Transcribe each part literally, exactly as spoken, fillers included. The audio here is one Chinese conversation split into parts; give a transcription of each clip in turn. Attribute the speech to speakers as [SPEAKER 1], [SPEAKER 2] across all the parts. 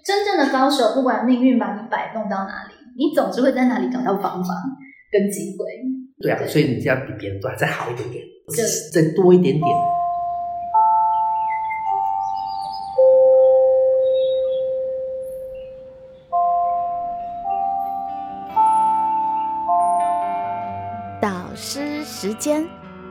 [SPEAKER 1] 真正的高手，不管命运把你摆弄到哪里，你总是会在哪里找到方法跟机会。
[SPEAKER 2] 对啊，对，所以你就要比别人都再好一点点，再多一点点。
[SPEAKER 3] 导师时间。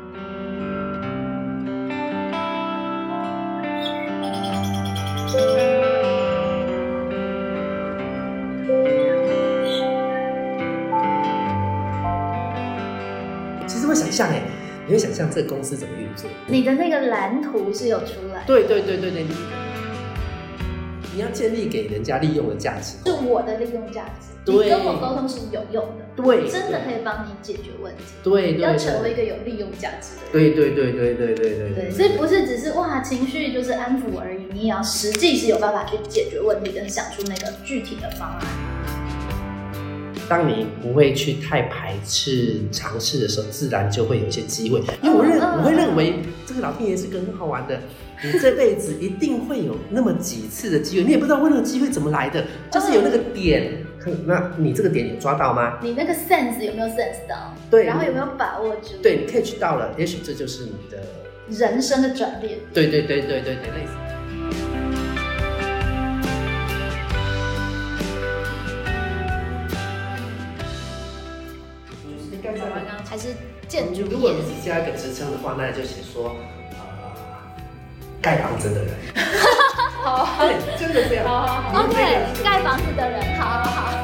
[SPEAKER 2] 其实会想象哎，你会想象这个公司怎么运作，
[SPEAKER 1] 你的那个蓝图是有出来的。
[SPEAKER 2] 对对对对对，你你要建立给人家利用的价值，
[SPEAKER 1] 是我的利用价值。
[SPEAKER 2] 对，
[SPEAKER 1] 你跟我沟通是有用的，
[SPEAKER 2] 对，
[SPEAKER 1] 真的可以帮你解决问题。
[SPEAKER 2] 对 对, 对，
[SPEAKER 1] 要成为一个有利用价值的人。
[SPEAKER 2] 对对对对对对对
[SPEAKER 1] 对, 对，所以不是只是哇情绪就是安抚而已，你也要实际是有办法去解决问题，跟想出那个具体的方案。
[SPEAKER 2] 当你不会去太排斥尝试的时候，自然就会有一些机会。因为我认、嗯、我会认为这个老天爷是个很好玩的，你这辈子一定会有那么几次的机会，你也不知道那个机会怎么来的，就是有那个点。那你这个点有抓到吗？
[SPEAKER 1] 你那个 sense 有没有 sense 到？
[SPEAKER 2] 对，
[SPEAKER 1] 然后有没有把握住？
[SPEAKER 2] 对，你 catch 到了，也许这就是你的
[SPEAKER 1] 人生的转变。
[SPEAKER 2] 对对对对对对，类似。
[SPEAKER 1] 还是建筑业。
[SPEAKER 2] 如果你是加一个职称的话，那就写说呃盖房子的人。
[SPEAKER 1] 好，
[SPEAKER 2] 对，真的这样。
[SPEAKER 1] 好好好 ，OK， 盖房子的人，好好好。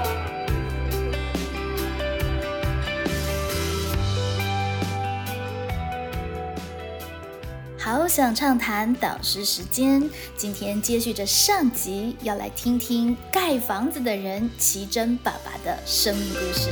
[SPEAKER 3] 好想畅谈导师时间，今天接续着上集，要来听听盖房子的人奇珍爸爸的生命故事。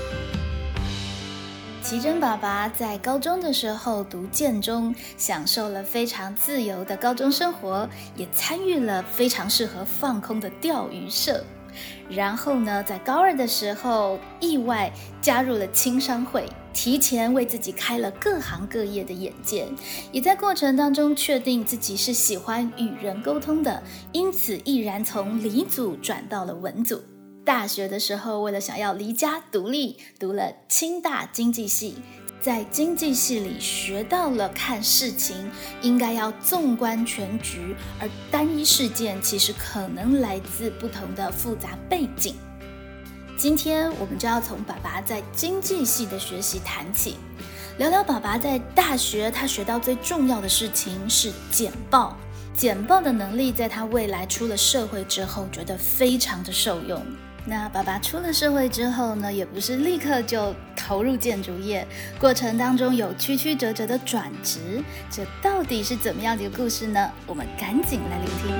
[SPEAKER 3] 奇珍爸爸在高中的时候读建中，享受了非常自由的高中生活，也参与了非常适合放空的钓鱼社。然后呢，在高二的时候意外加入了青商会，提前为自己开了各行各业的眼界，也在过程当中确定自己是喜欢与人沟通的，因此毅然从理组转到了文组。大学的时候，为了想要离家独立，读了清大经济系，在经济系里学到了看事情应该要纵观全局，而单一事件其实可能来自不同的复杂背景。今天我们就要从爸爸在经济系的学习谈起，聊聊爸爸在大学他学到最重要的事情是简报。简报的能力在他未来出了社会之后觉得非常的受用。那爸爸出了社会之后呢，也不是立刻就投入建筑业，过程当中有曲曲折折的转职，这到底是怎么样的一个故事呢？我们赶紧来聆听。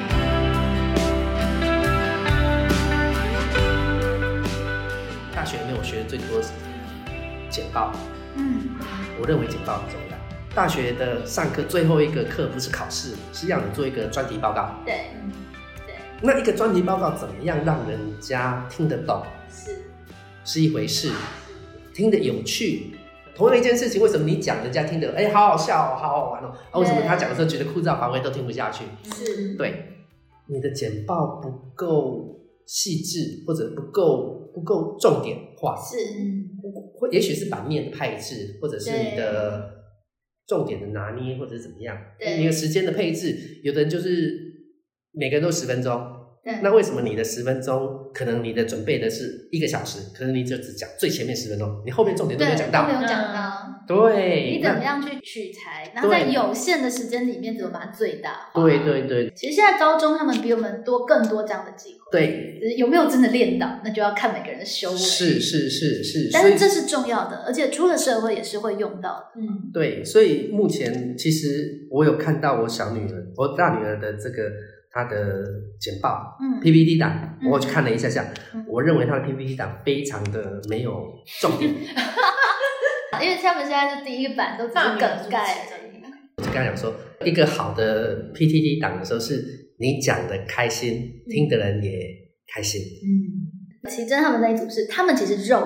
[SPEAKER 2] 大学里面我学的最多是简报，嗯，我认为简报很重要。大学的上课最后一个课不是考试，是让你做一个专题报告。
[SPEAKER 1] 对。
[SPEAKER 2] 那一个专题报告怎么样让人家听得懂，是是一回事，听得有趣。同样一件事情，为什么你讲人家听得哎、欸、好好笑哦，好好玩哦？啊，为什么他讲的时候觉得枯燥乏味，都听不下去？
[SPEAKER 1] 是，
[SPEAKER 2] 对，你的简报不够细致，或者不够不够重点化，
[SPEAKER 1] 是，
[SPEAKER 2] 或也许是版面的配置，或者是你的重点的拿捏，或者是怎么样？对，你的时间的配置，有的人就是每个人都十分钟。那为什么你的十分钟，可能你的准备的是一个小时，可能你就只讲最前面十分钟，你后面重点都没有讲到，
[SPEAKER 1] 都没有讲到。
[SPEAKER 2] 对，
[SPEAKER 1] 你怎么样去取材，然后在有限的时间里面怎么把它最大化？
[SPEAKER 2] 对对对。
[SPEAKER 1] 其实现在高中他们比我们多更多这样的机会。
[SPEAKER 2] 对，
[SPEAKER 1] 有没有真的练到，那就要看每个人的修为。
[SPEAKER 2] 是是是是，
[SPEAKER 1] 但是这是重要的，而且出了社会也是会用到的。
[SPEAKER 2] 嗯，对，所以目前其实我有看到我小女儿，我大女儿的这个。他的简报、嗯、P P T 档，我去看了一下下、嗯，我认为他的 P P T 档非常的没有重点，
[SPEAKER 1] 因为他们现在是第一版都只是梗概而已。
[SPEAKER 2] 我就跟他讲说，一个好的 P P T 档的时候，是你讲的开心，嗯、听的人也开心。
[SPEAKER 1] 嗯，奇珍他们那一组是，他们其实肉有。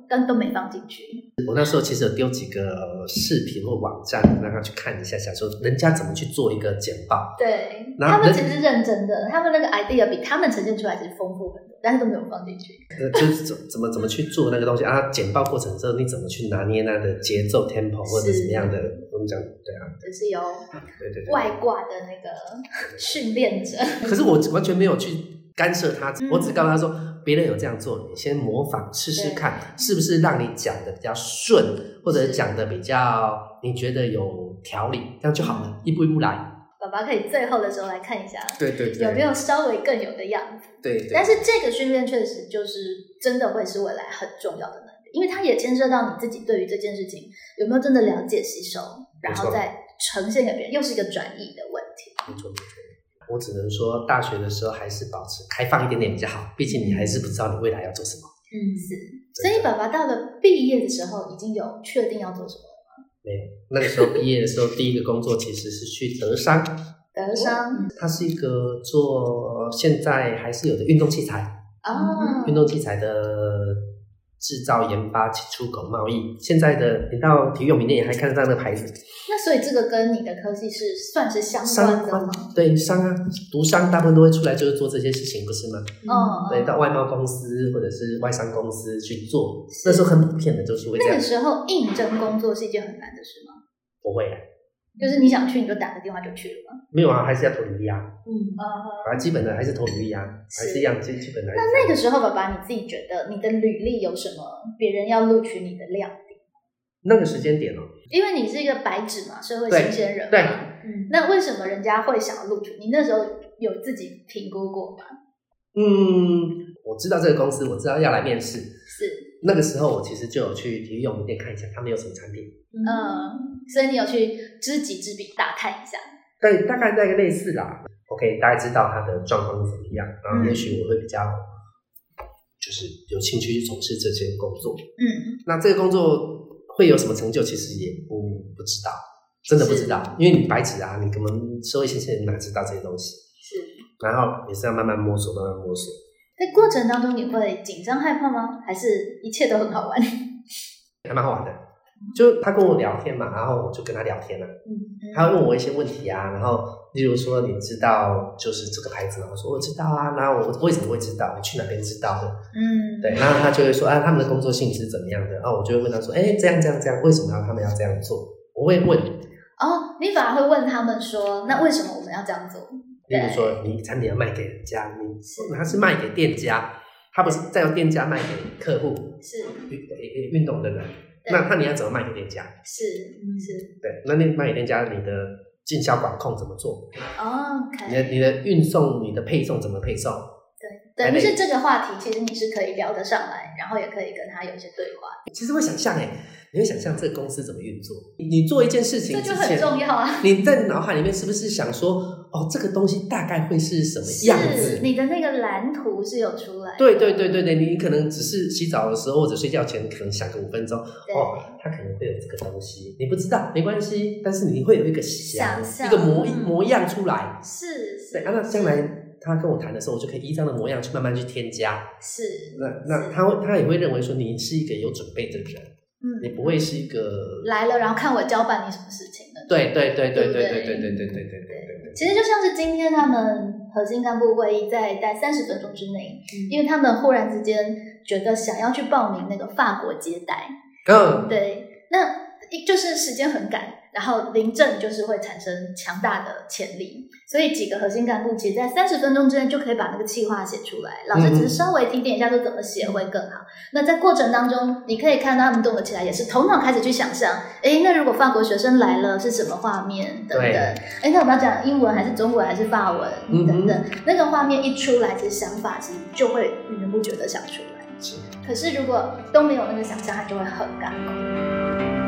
[SPEAKER 1] 但都没放进去。
[SPEAKER 2] 我那时候其实有丢几个视频或网站让他去看一下，想说人家怎么去做一个简报。
[SPEAKER 1] 对，他们其实是认真的，他们那个 idea 比他们呈现出来是丰富很多，但是都没有放进去。
[SPEAKER 2] 就是怎怎么怎么去做那个东西啊？简报过程之后，你怎么去拿捏它的节奏 tempo 或者什么样的？我们讲对啊，
[SPEAKER 1] 就是有
[SPEAKER 2] 对对对
[SPEAKER 1] 外挂的那个训练者。
[SPEAKER 2] 可是我完全没有去干涉他，嗯、我只告诉他说，别人有这样做，你先模仿试试看，是不是让你讲的比较顺，或者讲的比较你觉得有条理，这样就好了，一步一步来。
[SPEAKER 1] 爸爸可以最后的时候来看一下，
[SPEAKER 2] 对对对，
[SPEAKER 1] 有没有稍微更有的样子。
[SPEAKER 2] 对 对, 对。
[SPEAKER 1] 但是这个训练确实就是真的会是未来很重要的能力，因为它也牵涉到你自己对于这件事情有没有真的了解吸收，然后再呈现给别人，又是一个转译的问题。
[SPEAKER 2] 没错没错。我只能说，大学的时候还是保持开放一点点比较好，毕竟你还是不知道你未来要做什么。
[SPEAKER 1] 嗯，是。所以爸爸到了毕业的时候，已经有确定要做什么了吗？
[SPEAKER 2] 没有，那个时候毕业的时候，第一个工作其实是去德商。
[SPEAKER 1] 德商，
[SPEAKER 2] 它是一个做现在还是有的运动器材
[SPEAKER 1] 哦，
[SPEAKER 2] 运动器材的制造、研发、出口、贸易。现在的你到体育用品店也还看得到那个牌子。
[SPEAKER 1] 那所以这个跟你的科技是算是相关的吗？
[SPEAKER 2] 对，商啊，读商大部分都会出来就是做这些事情，不是吗？
[SPEAKER 1] 哦、嗯，
[SPEAKER 2] 对，到外贸公司或者是外商公司去做，那时候很普遍的就是会这样。
[SPEAKER 1] 那个时候应征工作是一件很难的事吗？
[SPEAKER 2] 不会啊。
[SPEAKER 1] 就是你想去你就打个电话就去了吗？
[SPEAKER 2] 没有啊，还是要投履历啊。
[SPEAKER 1] 嗯啊，
[SPEAKER 2] 反正基本的还是投履历啊，还是一样基基本的。
[SPEAKER 1] 那那个时候，爸爸你自己觉得你的履历有什么别人要录取你的亮点？
[SPEAKER 2] 那个时间点哦，
[SPEAKER 1] 因为你是一个白纸嘛，社会新鲜人嘛，
[SPEAKER 2] 对，
[SPEAKER 1] 嗯，那为什么人家会想要录取你？那时候有自己评估过吗？
[SPEAKER 2] 嗯，我知道这个公司，我知道要来面试，
[SPEAKER 1] 是。
[SPEAKER 2] 那个时候我其实就有去体育用品店看一下他们有什么产品。
[SPEAKER 1] 嗯，所以你有去知己知彼打探一下。
[SPEAKER 2] 对，大概那个类似啦。OK， 大概知道他的状况是怎么样，然后也许我会比较、嗯、就是有兴趣去从事这些工作。
[SPEAKER 1] 嗯，
[SPEAKER 2] 那这个工作会有什么成就，其实也不不知道，真的不知道，因为你白纸啊，你根本社会新鲜人哪知道这些东西？
[SPEAKER 1] 是，
[SPEAKER 2] 然后也是要慢慢摸索，慢慢摸索。
[SPEAKER 1] 在过程当中，你会紧张害怕吗？还是一切都很好玩？
[SPEAKER 2] 还蛮好玩的。就他跟我聊天嘛，然后我就跟他聊天了。嗯，他问我一些问题啊，然后例如说你知道就是这个牌子吗？我说我知道啊，然后我为什么会知道？我去哪边知道的？嗯，对，然后他就会说啊，他们的工作性质怎么样的？然后我就会问他说，哎，这样这样这样，为什么要他们要这样做？我会问。
[SPEAKER 1] 哦，你反而会问他们说，那为什么我们要这样做？
[SPEAKER 2] 例如说，你产品要卖给人家，你他是卖给店家，他不是再由店家卖给客户，
[SPEAKER 1] 是
[SPEAKER 2] 运动的人。那那你要怎么卖给店家？
[SPEAKER 1] 是是，
[SPEAKER 2] 对，那你卖给店家，你的进销管控怎么做？
[SPEAKER 1] 哦 ，OK，
[SPEAKER 2] 你的你的运送、你的配送怎么配送？
[SPEAKER 1] 对，等于是这个话题，其实你是可以聊得上来，然后也可以跟他有一些对话。
[SPEAKER 2] 其实会想象哎，你会想象这个公司怎么运作？你做一件事情之前，
[SPEAKER 1] 这就很重要啊。
[SPEAKER 2] 你在脑海里面是不是想说，哦，这个东西大概会是什么样子？
[SPEAKER 1] 你的那个蓝图是有出来的。
[SPEAKER 2] 对对对对对，你可能只是洗澡的时候或者睡觉前，可能想个五分钟，哦，它可能会有这个东西，你不知道没关系，但是你会有一个想
[SPEAKER 1] 象
[SPEAKER 2] 一个模、嗯、模样出来。
[SPEAKER 1] 是是。
[SPEAKER 2] 对啊，那将来他跟我谈的时候，我就可以依照那模样去慢慢去添加。
[SPEAKER 1] 是。
[SPEAKER 2] 那那他会他也会认为说你是一个有准备的人。嗯，你不会是一个
[SPEAKER 1] 来了，然后看我交办你什么事情的。
[SPEAKER 2] 对对对对对对对对对对对对对。
[SPEAKER 1] 其实就像是今天他们核心干部会议在在三十分钟之内，嗯、因为他们忽然之间觉得想要去报名那个法国接待。嗯，对，那就是时间很赶，然后临阵就是会产生强大的潜力，所以几个核心干部其实在三十分钟之内就可以把那个企划写出来。老师只是稍微提点一下说怎么写会更好。那在过程当中，你可以看到他们动了起来，也是头脑开始去想象，诶，那如果法国学生来了是什么画面等等，诶，那我们要讲英文还是中文还是法文、嗯、等等，那个画面一出来，其实想法其实就会源源不绝的想出来。可是如果都没有那个想象，它就会很干枯。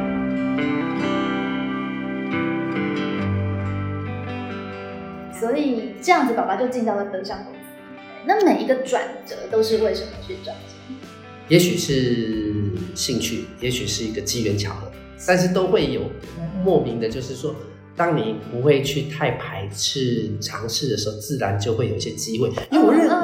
[SPEAKER 1] 所以这样子，爸爸就进到了德商公司。那每一个转折都是为什么去转折？
[SPEAKER 2] 也许是兴趣，也许是一个机缘巧合，但是都会有莫名的，就是说，当你不会去太排斥尝试的时候，自然就会有一些机会。因为我认我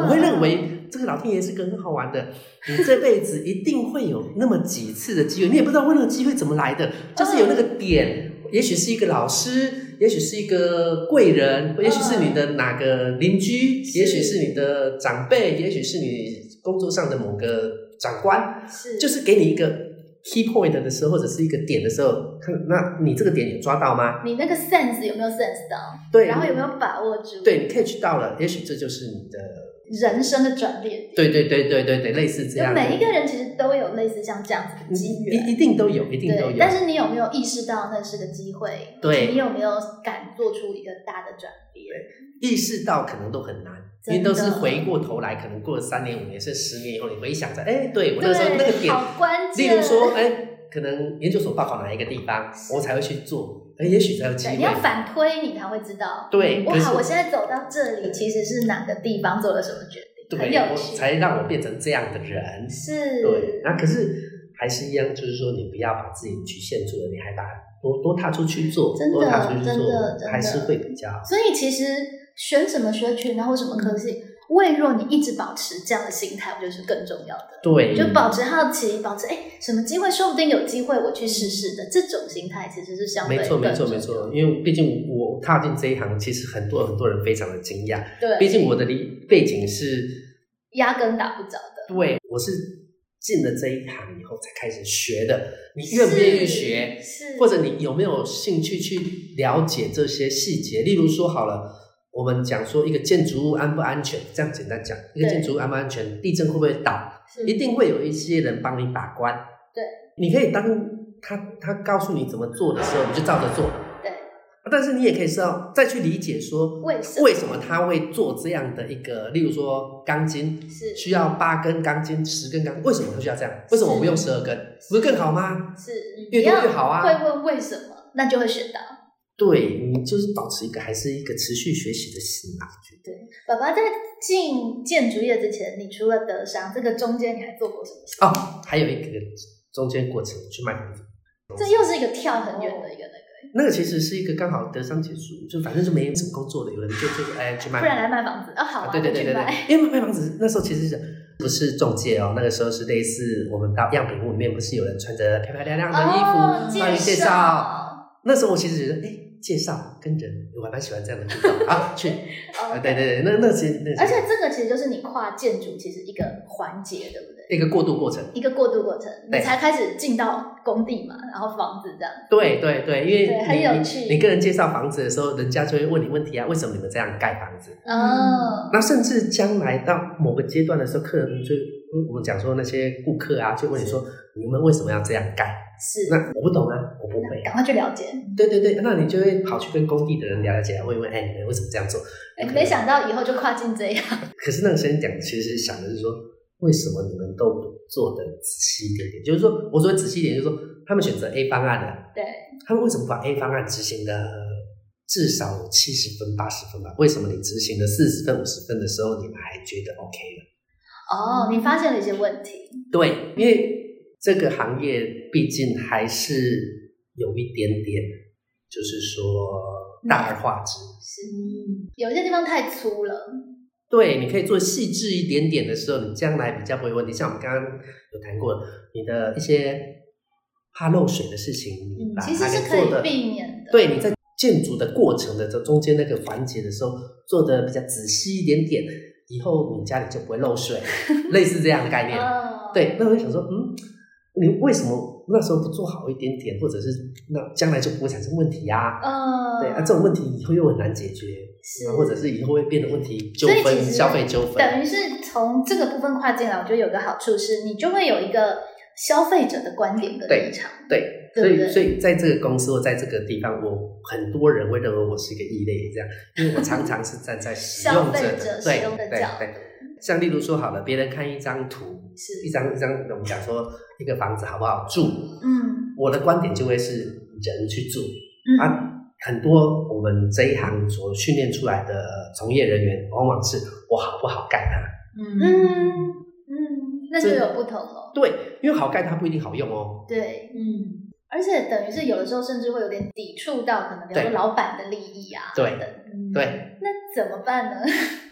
[SPEAKER 2] 我会认为这个老天爷是个很好玩的，你这辈子一定会有那么几次的机会，你也不知道那个机会怎么来的，就是有那个点，也许是一个老师，也许是一个贵人，也许是你的哪个邻居，也许是你的长辈，也许是你工作上的某个长官，
[SPEAKER 1] 是
[SPEAKER 2] 就是给你一个 key point 的时候，或者是一个点的时候，看那你这个点有抓到吗？
[SPEAKER 1] 你那个 sense 有没有 sense 到？
[SPEAKER 2] 对，
[SPEAKER 1] 然后有没有把握住？
[SPEAKER 2] 对，你 catch 到了，也许这就是你的
[SPEAKER 1] 人生的转捩点。
[SPEAKER 2] 对对对对对对，类似这样。
[SPEAKER 1] 每一个人其实都有类似像这样子的机缘，
[SPEAKER 2] 一一定都有，一定都有。
[SPEAKER 1] 但是你有没有意识到那是个机会？
[SPEAKER 2] 对，
[SPEAKER 1] 你有没有敢做出一个大的转变？
[SPEAKER 2] 对，意识到可能都很难，因为都是回过头来，可能过了三年、五年，甚至十年以后，你回想着，哎，对我那时候那个点，
[SPEAKER 1] 好关键。
[SPEAKER 2] 例如说，哎。可能研究所报考哪一个地方，我才会去做，也许才有机会。
[SPEAKER 1] 你要反推，你才会知道。
[SPEAKER 2] 对，
[SPEAKER 1] 哇，我现在走到这里，其实是哪个地方做了什么决定，很有趣，
[SPEAKER 2] 才让我变成这样的人。
[SPEAKER 1] 是，
[SPEAKER 2] 对。那可是还是一样，就是说，你不要把自己局限住了，你还把多多踏出去做，
[SPEAKER 1] 真的，
[SPEAKER 2] 多踏出去做，
[SPEAKER 1] 真的，
[SPEAKER 2] 还是会比较好。
[SPEAKER 1] 所以其实选什么学群啊，或什么科系。嗯，为若你一直保持这样的心态，我觉得是更重要的。
[SPEAKER 2] 对，
[SPEAKER 1] 就保持好奇，保持哎，什么机会，说不定有机会，我去试试的这种心态，其实是相对
[SPEAKER 2] 没错，没错，没错。因为毕竟我踏进这一行，其实很多很多人非常的惊讶。
[SPEAKER 1] 对，
[SPEAKER 2] 毕竟我的背景是
[SPEAKER 1] 压根打不着的。
[SPEAKER 2] 对，我是进了这一行以后才开始学的。你愿不愿意学？
[SPEAKER 1] 是，
[SPEAKER 2] 或者你有没有兴趣去了解这些细节？例如说好了。我们讲说一个建筑物安不安全，这样简单讲，一个建筑物安不安全，地震会不会倒，一定会有一些人帮你把关。
[SPEAKER 1] 对，
[SPEAKER 2] 你可以当他他告诉你怎么做的时候，你就照着做。
[SPEAKER 1] 对，
[SPEAKER 2] 但是你也可以是要再去理解说，
[SPEAKER 1] 为什么
[SPEAKER 2] 为什么他会做这样的一个，例如说钢筋
[SPEAKER 1] 是
[SPEAKER 2] 需要八根钢筋、十根钢筋，为什么他需要这样？为什么我不用十二根？不是更好吗？
[SPEAKER 1] 是，
[SPEAKER 2] 越多越好啊。
[SPEAKER 1] 会问为什么，那就会学到。
[SPEAKER 2] 对，你就是保持一个还是一个持续学习的心啊。
[SPEAKER 1] 对，爸爸在进建筑业之前，你除了德商，这个中间你还做过什么事？
[SPEAKER 2] 哦，还有一个中间过程去卖房子，
[SPEAKER 1] 这又是一个跳很远的一个那个。
[SPEAKER 2] 那个其实是一个刚好德商结束，就反正就没什么工作了，有人就就哎去卖，
[SPEAKER 1] 不然来卖房子啊，好啊，
[SPEAKER 2] 对对对对对，因为卖房子那时候其实是不是中介哦，那个时候是类似我们到样品屋里面，不是有人穿着漂漂亮亮的衣服帮你介绍，那时候我其实觉得哎。介绍跟人，我还蛮喜欢这样的互动啊，去，啊，对对对，那那其实，
[SPEAKER 1] 而且这个其实就是你跨建筑其实一个环节，对不对？
[SPEAKER 2] 一个过渡过程，
[SPEAKER 1] 一个过渡过程，你才开始进到工地嘛，然后房子这样。
[SPEAKER 2] 对对对，因为
[SPEAKER 1] 对很有趣。
[SPEAKER 2] 你跟人介绍房子的时候，人家就会问你问题啊，为什么你们这样盖房子？
[SPEAKER 1] 哦，
[SPEAKER 2] 那甚至将来到某个阶段的时候，客人就我们讲说那些顾客啊，就问你说，你们为什么要这样盖？
[SPEAKER 1] 是，
[SPEAKER 2] 那我不懂啊，我不会、啊，
[SPEAKER 1] 赶快去了解。
[SPEAKER 2] 对对对，那你就会跑去跟工地的人了解，问一问，哎，你们为什么这样做？
[SPEAKER 1] 哎，没想到以后就跨进这样。
[SPEAKER 2] 可是那个时间讲，其实想的是说，为什么你们都不做的仔细一点点？就是说，我说仔细一点，就是说，他们选择 A 方案的，
[SPEAKER 1] 对，
[SPEAKER 2] 他们为什么把 A 方案执行的至少有七十分、八十分吧？为什么你执行的四十分、五十分的时候，你们还觉得 OK 了？
[SPEAKER 1] 哦，你发现了一些问题。
[SPEAKER 2] 对，因为这个行业毕竟还是有一点点，就是说大而化之，
[SPEAKER 1] 是，有些地方太粗了。
[SPEAKER 2] 对，你可以做细致一点点的时候，你将来比较不会有问题。像我们刚刚有谈过，你的一些怕漏水的事情，你把它
[SPEAKER 1] 其实是可以避免的。
[SPEAKER 2] 对，你在建筑的过程的这中间那个环节的时候，做的比较仔细一点点，以后你家里就不会漏水，类似这样的概念。
[SPEAKER 1] 哦、
[SPEAKER 2] 对，那我就想说，嗯，你为什么那时候不做好一点点，或者是那将来就不会产生问题啊？
[SPEAKER 1] 哦、
[SPEAKER 2] 对啊，这种问题以后又很难解决，
[SPEAKER 1] 是
[SPEAKER 2] 或者是以后会变得问题纠纷、消费纠纷。
[SPEAKER 1] 等于是从这个部分跨进来，我觉得有个好处是，你就会有一个消费者的观点跟立场。
[SPEAKER 2] 对。对所以，所以在这个公司或在这个地方，我很多人会认为我是一个异类，这样，因为我常常是站在使用者的
[SPEAKER 1] 使用的角
[SPEAKER 2] 度。像例如说，好了，别人看一张图，是一张一张，我们讲说一个房子好不好住，
[SPEAKER 1] 嗯，
[SPEAKER 2] 我的观点就会是人去住，
[SPEAKER 1] 嗯、
[SPEAKER 2] 啊，很多我们这一行所训练出来的从业人员，往往是我好不好盖它，
[SPEAKER 1] 嗯嗯嗯，那就有不同了。
[SPEAKER 2] 对，因为好盖它不一定好用哦。
[SPEAKER 1] 对，嗯。而且等于是有的时候甚至会有点抵触到可能比如说老板的利益啊，
[SPEAKER 2] 对
[SPEAKER 1] 等，
[SPEAKER 2] 对，
[SPEAKER 1] 那怎么办呢？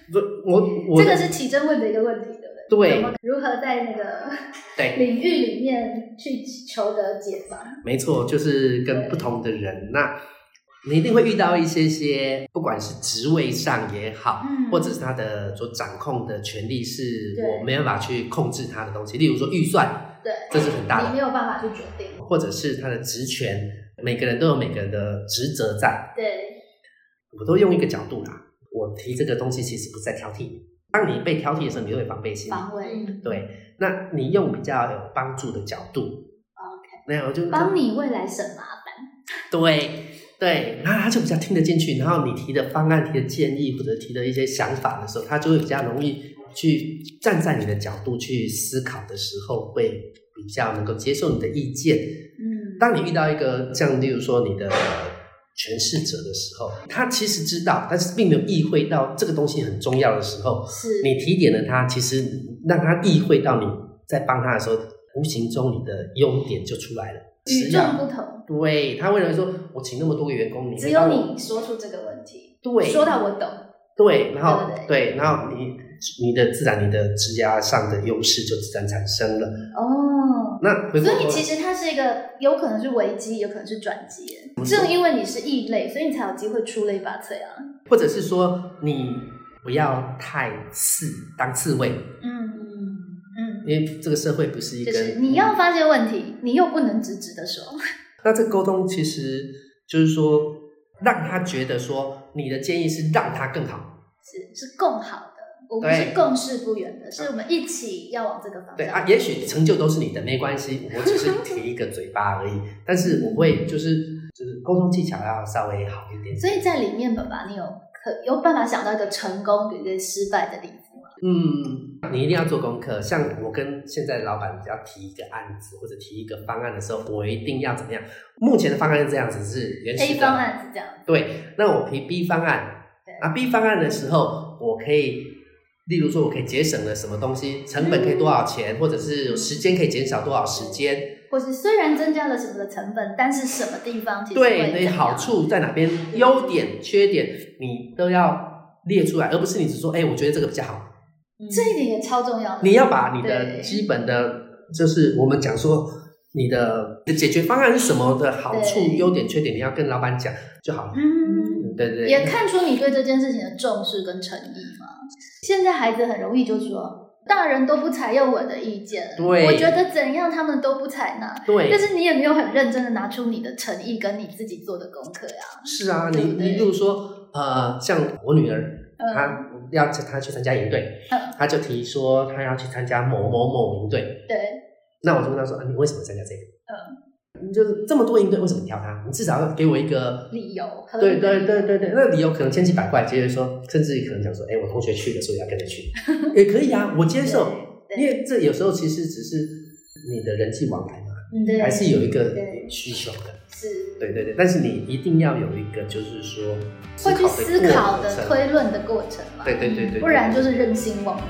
[SPEAKER 2] 我我
[SPEAKER 1] 这个是启真问的一个问题，对不对？
[SPEAKER 2] 对，
[SPEAKER 1] 怎么如何在那个领域里面去求得解放？
[SPEAKER 2] 没错，就是跟不同的人，那你一定会遇到一些些，不管是职位上也好，嗯、或者是他的所掌控的权利是我没办法去控制他的东西，例如说预算，
[SPEAKER 1] 对，
[SPEAKER 2] 这是很大的，
[SPEAKER 1] 你没有办法去决定，
[SPEAKER 2] 或者是他的职权，每个人都有每个人的职责在，
[SPEAKER 1] 对，
[SPEAKER 2] 我都用一个角度啦，我提这个东西其实不是在挑剔你，当你被挑剔的时候，你就会防备心理，
[SPEAKER 1] 防卫，
[SPEAKER 2] 对，那你用比较有帮助的角度
[SPEAKER 1] ，OK，
[SPEAKER 2] 那我就
[SPEAKER 1] 帮你未来省麻烦，
[SPEAKER 2] 对。对，然后他就比较听得进去，然后你提的方案、提的建议或者提的一些想法的时候，他就会比较容易去站在你的角度去思考的时候，会比较能够接受你的意见。嗯，当你遇到一个像例如说你的诠释者的时候，他其实知道，但是并没有意会到这个东西很重要的时候，
[SPEAKER 1] 是你
[SPEAKER 2] 提点了他，其实让他意会到你在帮他的时候，无形中你的优点就出来了。
[SPEAKER 1] 与众不同，
[SPEAKER 2] 对，他会认为说，我请那么多个员工，你
[SPEAKER 1] 只有你说出这个问题，
[SPEAKER 2] 对，
[SPEAKER 1] 说到我懂，
[SPEAKER 2] 对，然后
[SPEAKER 1] 对, 对,
[SPEAKER 2] 对，然后你你的自然你的职涯上的优势就自然产生了。
[SPEAKER 1] 哦，
[SPEAKER 2] 那
[SPEAKER 1] 所以其实它是一个有可能是危机，有可能是转机。正因为你是异类，所以你才有机会出类拔萃啊。
[SPEAKER 2] 或者是说你不要太刺当刺猬，嗯。因为这个社会不是一个，
[SPEAKER 1] 就是你要发现问题，你又不能直直的说。
[SPEAKER 2] 那这沟通其实就是说，让他觉得说你的建议是让他更好，
[SPEAKER 1] 是是共好的，我们是共事不远的，是我们一起要往这个方向。
[SPEAKER 2] 对啊，也许成就都是你的，没关系，我只是提一个嘴巴而已。但是我会就是就是沟通技巧要稍微好一点。
[SPEAKER 1] 所以在里面，爸爸，你有可有办法想到一个成功比一个失败的例子？
[SPEAKER 2] 嗯，你一定要做功课。像我跟现在的老板要提一个案子或者提一个方案的时候，我一定要怎么样？目前的方案是这样子，是原始的
[SPEAKER 1] A 方案是这样。
[SPEAKER 2] 对，那我提 B 方案，啊 B 方案的时候，我可以，例如说，我可以节省了什么东西，成本可以多少钱，嗯、或者是时间可以减少多少时间，
[SPEAKER 1] 或是虽然增加了什么的成本，但是什么地方其实
[SPEAKER 2] 对，对，好处在哪边，优点、缺点你都要列出来，而不是你只说，哎、欸，我觉得这个比较好。
[SPEAKER 1] 这一点也超重要的。
[SPEAKER 2] 你要把你的基本的，就是我们讲说你的解决方案是什么的好处、优点、缺点，你要跟老板讲就好了。嗯，对对对，
[SPEAKER 1] 也看出你对这件事情的重视跟诚意嘛。现在孩子很容易就说，大人都不采用我的意见，
[SPEAKER 2] 对，
[SPEAKER 1] 我觉得怎样他们都不采纳，
[SPEAKER 2] 对。
[SPEAKER 1] 但是你也没有很认真的拿出你的诚意跟你自己做的功课呀。
[SPEAKER 2] 是啊，你你例如说，呃，像我女儿，嗯、她。要他去参加营队，嗯、他就提说他要去参加某某某营队。
[SPEAKER 1] 对，
[SPEAKER 2] 那我就跟他说：“啊，你为什么参加这个？嗯，就是这么多营队，为什么你挑他？你至少要给我一个
[SPEAKER 1] 理由。
[SPEAKER 2] 对对对对对，那理由可能千奇百怪，接着说，甚至可能讲说，哎，我同学去了，所以要跟着去，也可以啊，我接受。因为这有时候其实只是你的人际往来嘛，嗯、还是有一个需求的。
[SPEAKER 1] 是，
[SPEAKER 2] 对对对，但是你一定要有一个，就是说
[SPEAKER 1] 会去思考的推论的过程嘛。
[SPEAKER 2] 对对对 对, 对，
[SPEAKER 1] 不然就是任性妄为。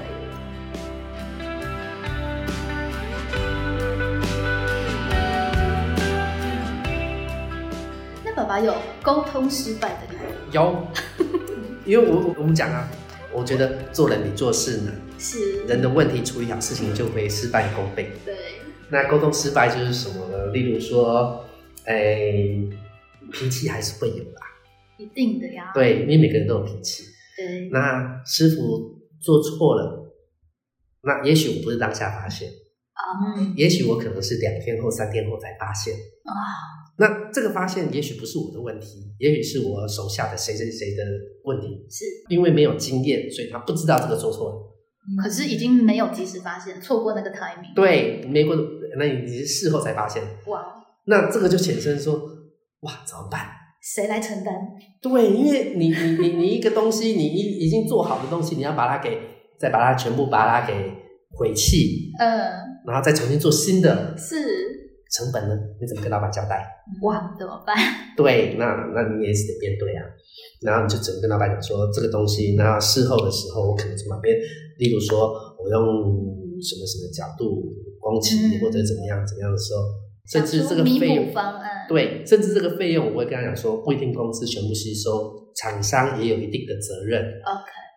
[SPEAKER 1] 那爸爸有沟通失败的例子？
[SPEAKER 2] 有，因为我我们讲啊，我觉得做人比做事难，
[SPEAKER 1] 是
[SPEAKER 2] 人的问题处理好，事情就会事半功倍。
[SPEAKER 1] 对，
[SPEAKER 2] 那沟通失败就是什么呢？例如说。哎，脾气还是会有啦，
[SPEAKER 1] 一定的呀。
[SPEAKER 2] 对，因为每个人都有脾气。
[SPEAKER 1] 对。那
[SPEAKER 2] 师傅做错了，那也许我不是当下发现啊，嗯、也许我可能是两天后、三天后才发现啊。那这个发现也许不是我的问题，也许是我手下的谁谁谁的问题。
[SPEAKER 1] 是。因
[SPEAKER 2] 为没有经验，所以他不知道这个做错了。
[SPEAKER 1] 可是已经没有及时发现，错过那个 timing。
[SPEAKER 2] 对，没过，那你是事后才发现。
[SPEAKER 1] 哇。
[SPEAKER 2] 那这个就衍生说，哇，怎么办？
[SPEAKER 1] 谁来承担？
[SPEAKER 2] 对，因为你你你你一个东西，你已已经做好的东西，你要把它给再把它全部把它给毁弃，嗯，然后再重新做新的，
[SPEAKER 1] 是
[SPEAKER 2] 成本呢？你怎么跟老板交代？
[SPEAKER 1] 哇，怎么办？
[SPEAKER 2] 对，那那你也是得面对啊。然后你就只能跟老板讲说，这个东西，那事后的时候，我可能从哪边，例如说我用什么什么角度工期、嗯、或者怎么样怎么样的时候。甚至这个费用
[SPEAKER 1] 方案，
[SPEAKER 2] 对，甚至这个费用，我会跟他讲说，不一定公司全部吸收，厂商也有一定的责任。
[SPEAKER 1] OK，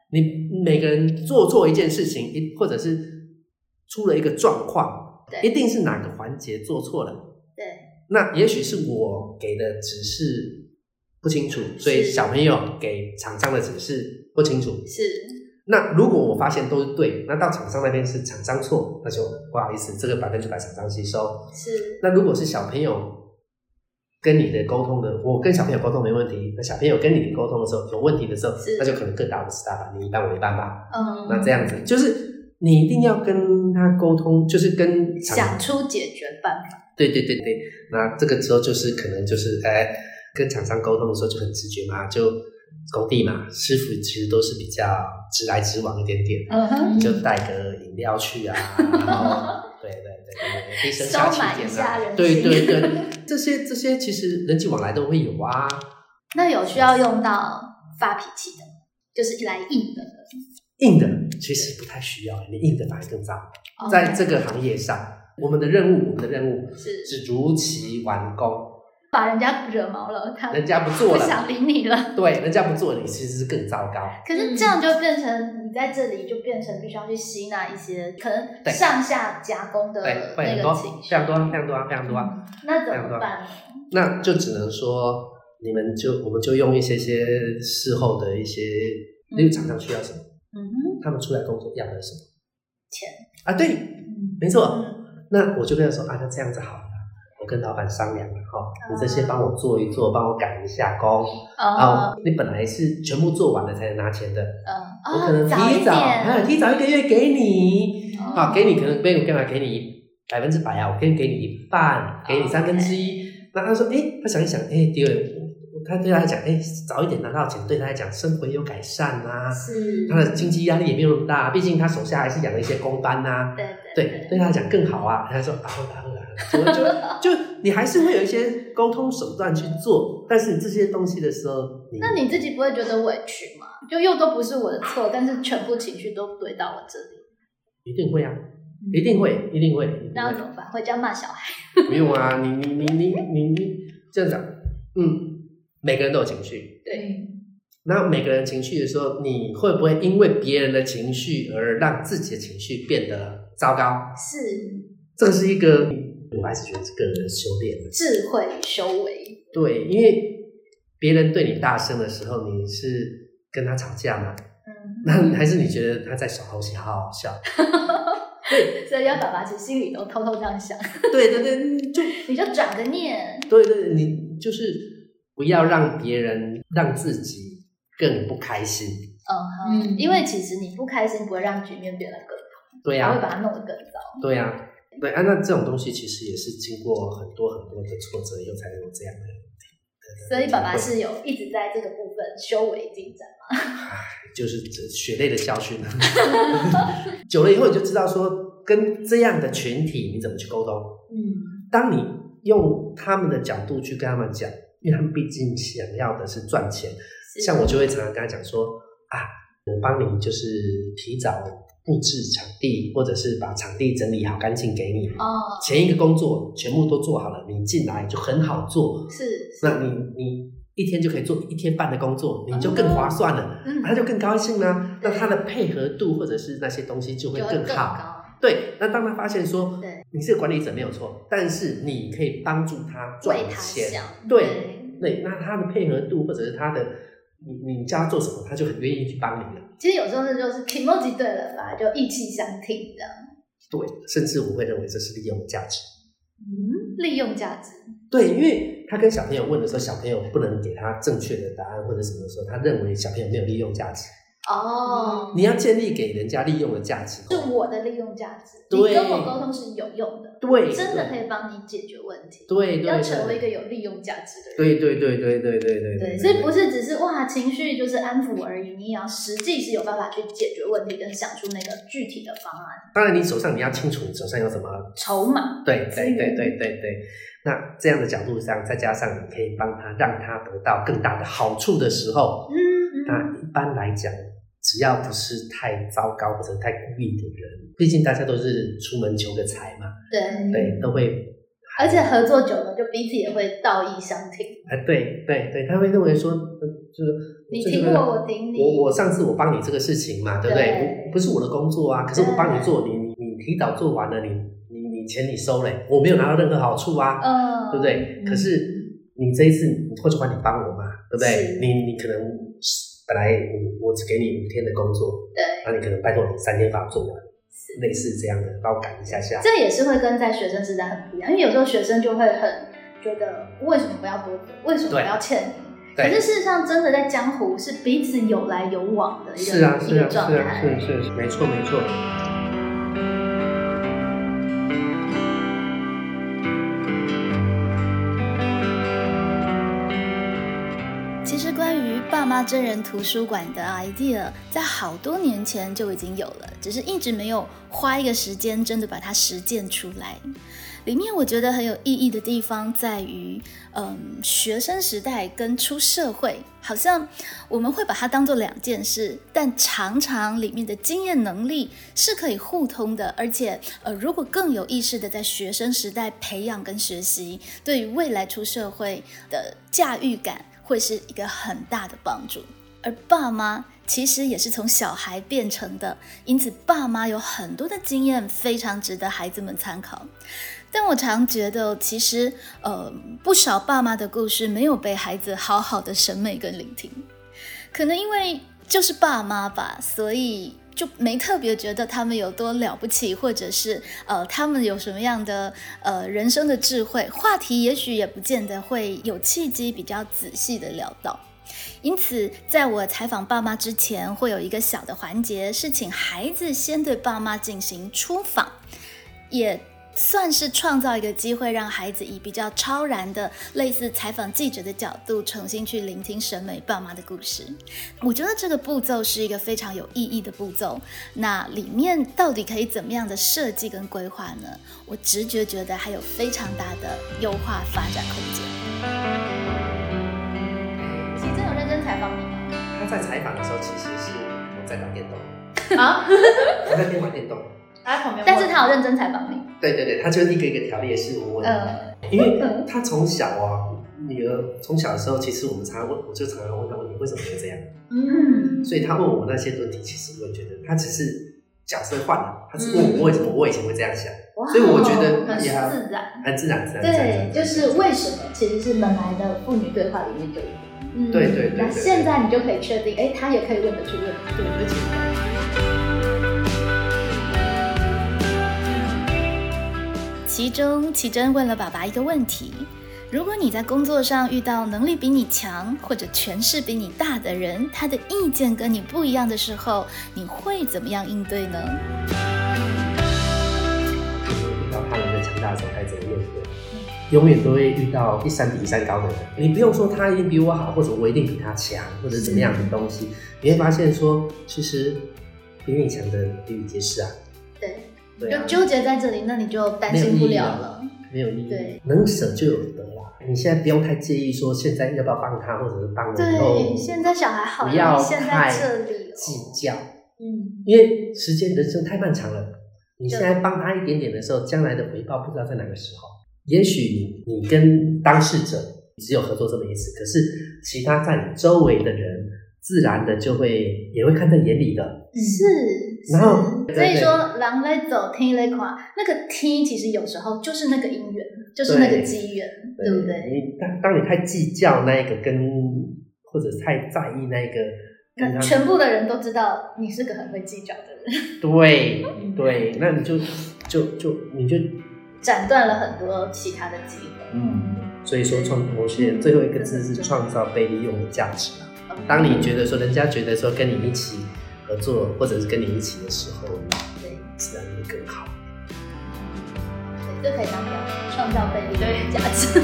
[SPEAKER 2] 你每个人做错一件事情，或者是出了一个状况，一定是哪个环节做错了。
[SPEAKER 1] 对，
[SPEAKER 2] 那也许是我给的指示不清楚，所以小朋友给厂商的指示不清楚。
[SPEAKER 1] 是。
[SPEAKER 2] 那如果我发现都是对，那到厂商那边是厂商错，那就不好意思，这个百分之百厂商吸收。
[SPEAKER 1] 是。
[SPEAKER 2] 那如果是小朋友跟你的沟通的，我跟小朋友沟通没问题，那小朋友跟你沟通的时候有问题的时候，那就可能各打五十大板，你一半我一半吧。嗯，那这样子就是你一定要跟他沟通，就是跟
[SPEAKER 1] 想出解决办法。
[SPEAKER 2] 对对对对，那这个时候就是可能就是哎，跟厂商沟通的时候就很直觉嘛，就工地嘛，师傅其实都是比较直来直往一点点，嗯哼，就带个饮料去啊，然后对对对对，低声下气一点啊，对对对，这些这些其实人际往来都会有啊。
[SPEAKER 1] 那有需要用到发脾气的，就是来硬的，
[SPEAKER 2] 硬的其实不太需要，你硬的反而更糟。Okay. 在这个行业上，我们的任务，我们的任务是是如期完工。
[SPEAKER 1] 把人家惹毛了，他
[SPEAKER 2] 人家不做了，
[SPEAKER 1] 不想理你了。
[SPEAKER 2] 对，人家不做了，你其实是更糟糕。
[SPEAKER 1] 可是这样就变成你在这里就变成必须要去吸纳一些可能上下夹攻的那个情绪，
[SPEAKER 2] 非常多，非常多，非常多。
[SPEAKER 1] 嗯、那怎么办呢？
[SPEAKER 2] 那就只能说，你们就我们就用一些些事后的一些，例如厂商需要什么，嗯哼，他们出来工作要的是什么？
[SPEAKER 1] 钱
[SPEAKER 2] 啊，对，嗯、没错。嗯、那我就跟他说啊，那这样子好了。跟老板商量了哈，你这些帮我做一做，帮我赶一下工啊、哦！你本来是全部做完了才能拿钱的，嗯，我可能提早，哎、哦，提早一个月给你，啊、哦，给你可能没有干嘛，给你百分之百啊，我可以给你一半，给你三分之一。那他说，哎，他想一想，哎，第二，他对他来讲，哎，早一点拿到钱，对他来讲生活有改善啊，是，他的经济压力也没有那么大，毕竟他手下还是养了一些工班啊，对对对，对他来讲更好啊。他说，啊，好啦好啦。就就你还是会有一些沟通手段去做，但是你这些东西的时候，
[SPEAKER 1] 那你自己不会觉得委屈吗？就又都不是我的错，但是全部情绪都堆到我这里。
[SPEAKER 2] 一定会啊，一定会，一定会。
[SPEAKER 1] 那要怎么办？回家骂小孩？
[SPEAKER 2] 不用啊，你你你你你你这样讲，嗯，每个人都有情绪，
[SPEAKER 1] 对。
[SPEAKER 2] 那每个人情绪的时候，你会不会因为别人的情绪而让自己的情绪变得糟糕？
[SPEAKER 1] 是，
[SPEAKER 2] 这个是一个。我还是觉得是个人的修炼的
[SPEAKER 1] 智慧修为。
[SPEAKER 2] 对，因为别人对你大声的时候，你是跟他吵架嘛？嗯，那还是你觉得他在耍猴戏，好好笑？
[SPEAKER 1] 对，所以要爸爸其实心里都偷偷这样想。
[SPEAKER 2] 对对对，就
[SPEAKER 1] 你就转个念。
[SPEAKER 2] 对对，你就是不要让别人让自己更不开心。
[SPEAKER 1] 嗯嗯，因为其实你不开心不会让局面变得更好，
[SPEAKER 2] 对呀、啊，
[SPEAKER 1] 会把它弄得更糟。
[SPEAKER 2] 对呀、啊。对啊，那这种东西其实也是经过很多很多的挫折以后才有这样的问题。
[SPEAKER 1] 所以爸爸是有一直在这个部分修为进展吗？
[SPEAKER 2] 就是血泪的教训久了以后你就知道说跟这样的群体你怎么去沟通。嗯，当你用他们的角度去跟他们讲，因为他们毕竟想要的是赚钱，像我就会常常跟他讲说啊，我帮你就是提早布置场地，或者是把场地整理好干净给你。哦，前一个工作全部都做好了，你进来就很好做。是，那你你一天就可以做一天半的工作，你就更划算了，嗯、他就更高兴啦、啊。那他的配合度或者是那些东西就会更好。对，那当他发现说，你是管理者没有错，但是你可以帮助他赚钱。对对，那他的配合度或者是他的。你你叫他做什么，他就很愿意去帮你了。
[SPEAKER 1] 其实有时候这就是情默契对了吧，就意气相挺这样。
[SPEAKER 2] 对，甚至我会认为这是利用价值。
[SPEAKER 1] 嗯，利用价值。
[SPEAKER 2] 对，因为他跟小朋友问的时候，小朋友不能给他正确的答案或者什么的时候，他认为小朋友没有利用价值。哦，你要建立给人家利用的价值，
[SPEAKER 1] 是我的利用价值。你跟我沟通是有用的，
[SPEAKER 2] 对，
[SPEAKER 1] 真的可以帮你解决问题。
[SPEAKER 2] 对，对，
[SPEAKER 1] 要成为一个有利用价值的人。
[SPEAKER 2] 对，对，对，对，对，对，对，
[SPEAKER 1] 对，所以不是只是哇情绪就是安抚而已，你也要实际是有办法去解决问题，跟想出那个具体的方案。
[SPEAKER 2] 当然，你手上你要清楚，你手上有什么
[SPEAKER 1] 筹码。
[SPEAKER 2] 对，对，对，对，对，对。那这样的角度上，再加上你可以帮他，让他得到更大的好处的时候，嗯嗯，那一般来讲。只要不是太糟糕或者太故意的人，毕竟大家都是出门求个财嘛，对对，都会
[SPEAKER 1] 而且合作久了，就彼此也会道义相挺。
[SPEAKER 2] 哎、呃，对对对，他会认为说，就是
[SPEAKER 1] 你挺我，我挺你。
[SPEAKER 2] 我我上次我帮你这个事情嘛，对不对？对，不是我的工作啊，可是我帮你做，你你你提早做完了，你你你钱你收嘞，我没有拿到任何好处啊，嗯，对不对？嗯、可是你这一次或者换你帮我嘛，对不对？你你可能本来我只给你五天的工作，
[SPEAKER 1] 对，
[SPEAKER 2] 那你可能拜托你三天把它做完。类似这样的，帮我赶一下下。
[SPEAKER 1] 这也是会跟在学生时代很不一样，因为有时候学生就会很觉得为什么我要多做，为什么我要欠你？可是事实上，真的在江湖是彼此有来有往的一个
[SPEAKER 2] 是啊，
[SPEAKER 1] 一个状态。
[SPEAKER 2] 是啊，是是是，没错没错。
[SPEAKER 3] 其实关于爸妈真人图书馆的 idea 在好多年前就已经有了，只是一直没有花一个时间真的把它实践出来。里面我觉得很有意义的地方在于嗯，学生时代跟出社会好像我们会把它当作两件事，但常常里面的经验能力是可以互通的，而且呃，如果更有意识的在学生时代培养跟学习，对于未来出社会的驾驭感会是一个很大的帮助。而爸妈其实也是从小孩变成的，因此爸妈有很多的经验非常值得孩子们参考。但我常觉得其实呃，不少爸妈的故事没有被孩子好好的审美跟聆听，可能因为就是爸妈吧，所以就没特别觉得他们有多了不起，或者是呃他们有什么样的呃人生的智慧，话题也许也不见得会有契机比较仔细的聊到。因此在我采访爸妈之前，会有一个小的环节是请孩子先对爸妈进行初访，也算是创造一个机会，让孩子以比较超然的类似采访记者的角度重新去聆听审美爸妈的故事。我觉得这个步骤是一个非常有意义的步骤，那里面到底可以怎么样的设计跟规划呢？我直觉觉得还有非常大的优化发展空间。
[SPEAKER 1] 奇珍有认真采访你吗？
[SPEAKER 2] 他在采访的时候其实是我在打电动啊，他在边玩电动，
[SPEAKER 1] 他在旁边，但是他有认真采访你。
[SPEAKER 2] 对对对，他就一个一个条列式我问、呃、因为他从小啊，女儿从小的时候，其实我们常常问，我就常常问他问题，为什么会这样？嗯，所以他问我那些问题，其实我也觉得他只是角色换了，他只问我为什么我以前会这样想，嗯、所以我觉得
[SPEAKER 1] 很自然，
[SPEAKER 2] 很自然，自然。
[SPEAKER 1] 对，就是为什么其实是本来的父女对话里面就有。
[SPEAKER 2] 嗯，对对 对, 对。
[SPEAKER 1] 那现在你就可以确定，哎，他也可以问得出问题，对不对？
[SPEAKER 3] 其中奇珍问了爸爸一个问题：如果你在工作上遇到能力比你强或者权势比你大的人，他的意见跟你不一样的时候，你会怎么样应对呢？
[SPEAKER 2] 遇到他人的强大的时候该怎么面对？永远都会遇到一山比一山高的人，你不用说他一定比我好，或者我一定比他强，或者怎么样的东西，你会发现说，其实比你强的比比皆是啊。
[SPEAKER 1] 对。对啊、就纠结在这里，那你就担心不了了。
[SPEAKER 2] 没有意义，对，能舍就有得啦。你现在不用太介意说现在要不要帮他，或者是帮我。
[SPEAKER 1] 对，现在小孩好，
[SPEAKER 2] 不要
[SPEAKER 1] 现在这里
[SPEAKER 2] 计较，嗯，因为时间人生太漫长了。你现在帮他一点点的时候，将来的回报不知道在哪个时候。也许你你跟当事者只有合作这么一次，可是其他在你周围的人，自然的就会也会看在眼里的。
[SPEAKER 1] 是，
[SPEAKER 2] 然后
[SPEAKER 1] 所以说人在走天在看，那个天其实有时候就是那个姻缘，就是那个机缘， 对, 对不对？
[SPEAKER 2] 你当当你太计较那一个跟，或者太在意那一个，
[SPEAKER 1] 那全部的人都知道你是个很会计较的人。
[SPEAKER 2] 对对，那你就就就你就
[SPEAKER 1] 斩断了很多其他的机会。
[SPEAKER 2] 嗯，所以说创同学最后一个字是创造被利用的价值啊。当你觉得说，人家觉得说跟你一起合作，或者是跟你一起的时候，对，自然会更好。
[SPEAKER 1] 对，这可以当表创造被利用的价值。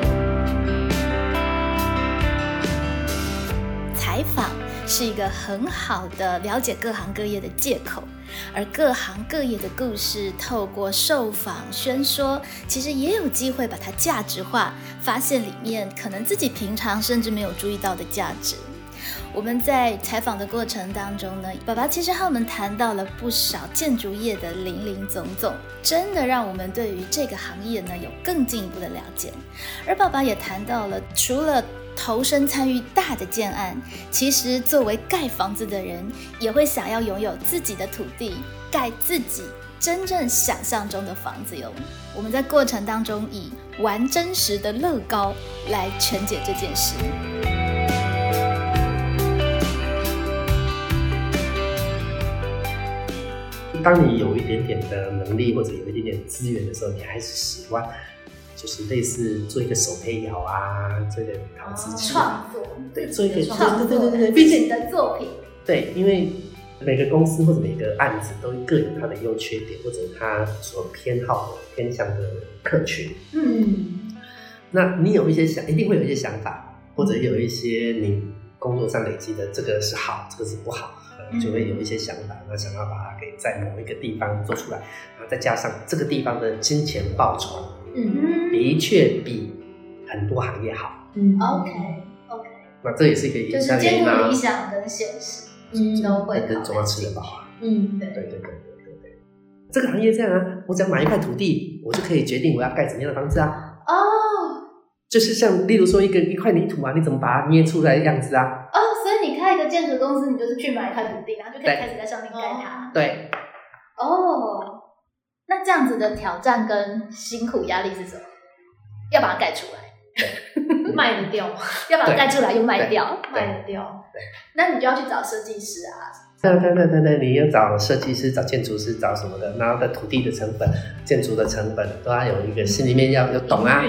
[SPEAKER 3] 采访是一个很好的了解各行各业的借口，而各行各业的故事透过受访宣说，其实也有机会把它价值化，发现里面可能自己平常甚至没有注意到的价值。 我们在采访的过程当中呢，爸爸其实和我们谈到了不少建筑业的林林总总，真的让我们对于这个行业呢有更进一步的了解。而爸爸也谈到了，除了投身参与大的建案，其实作为盖房子的人，也会想要拥有自己的土地，盖自己真正想象中的房子哟。我们在过程当中以玩真实的乐高来诠解这件事。
[SPEAKER 2] 当你有一点点的能力或者有一点点资源的时候，你还是喜欢就是类似做一个手胚窑啊，做一个陶瓷器
[SPEAKER 1] 创作，
[SPEAKER 2] 对，做一个
[SPEAKER 1] 创作，
[SPEAKER 2] 对对对对，
[SPEAKER 1] 毕竟的作品，
[SPEAKER 2] 对，因为每个公司或者每个案子都各有它的优缺点，或者它所偏好的偏向的客群。
[SPEAKER 1] 嗯，
[SPEAKER 2] 那你有一些想，一定会有一些想法，或者有一些你工作上累积的，这个是好，这个是不好。就会有一些想法，那想要把它给在某一个地方做出来，然后再加上这个地方的金钱报酬，
[SPEAKER 1] 嗯，
[SPEAKER 2] 的确比很多行业好。
[SPEAKER 1] 嗯 ，OK OK，
[SPEAKER 2] 那这也是一个
[SPEAKER 1] 就是兼顾理想跟现实，嗯，都会
[SPEAKER 2] 考虑。总要吃得饱啊。
[SPEAKER 1] 嗯，对
[SPEAKER 2] 对对对对对对。这个行业这样啊，我只要买一块土地，我就可以决定我要盖怎么样的房子啊。
[SPEAKER 1] 哦，
[SPEAKER 2] 就是像例如说一个一块泥土啊，你怎么把它捏出来的样子啊？
[SPEAKER 1] 哦，所以你开一个建筑公司，你就是去买一块土地，然后就可以开始在上面盖它。
[SPEAKER 2] 对。
[SPEAKER 1] 哦，那这样子的挑战跟辛苦压力是什么？要把它盖出来，
[SPEAKER 4] 卖得掉，
[SPEAKER 1] 要把它盖出来又卖掉，
[SPEAKER 4] 卖得掉。
[SPEAKER 1] 对，那你就要去找设计师啊。
[SPEAKER 2] 对对对对对，你要找设计师、找建筑师、找什么的，然后的土地的成本、建筑的成本都要有一个心里面要有懂啊。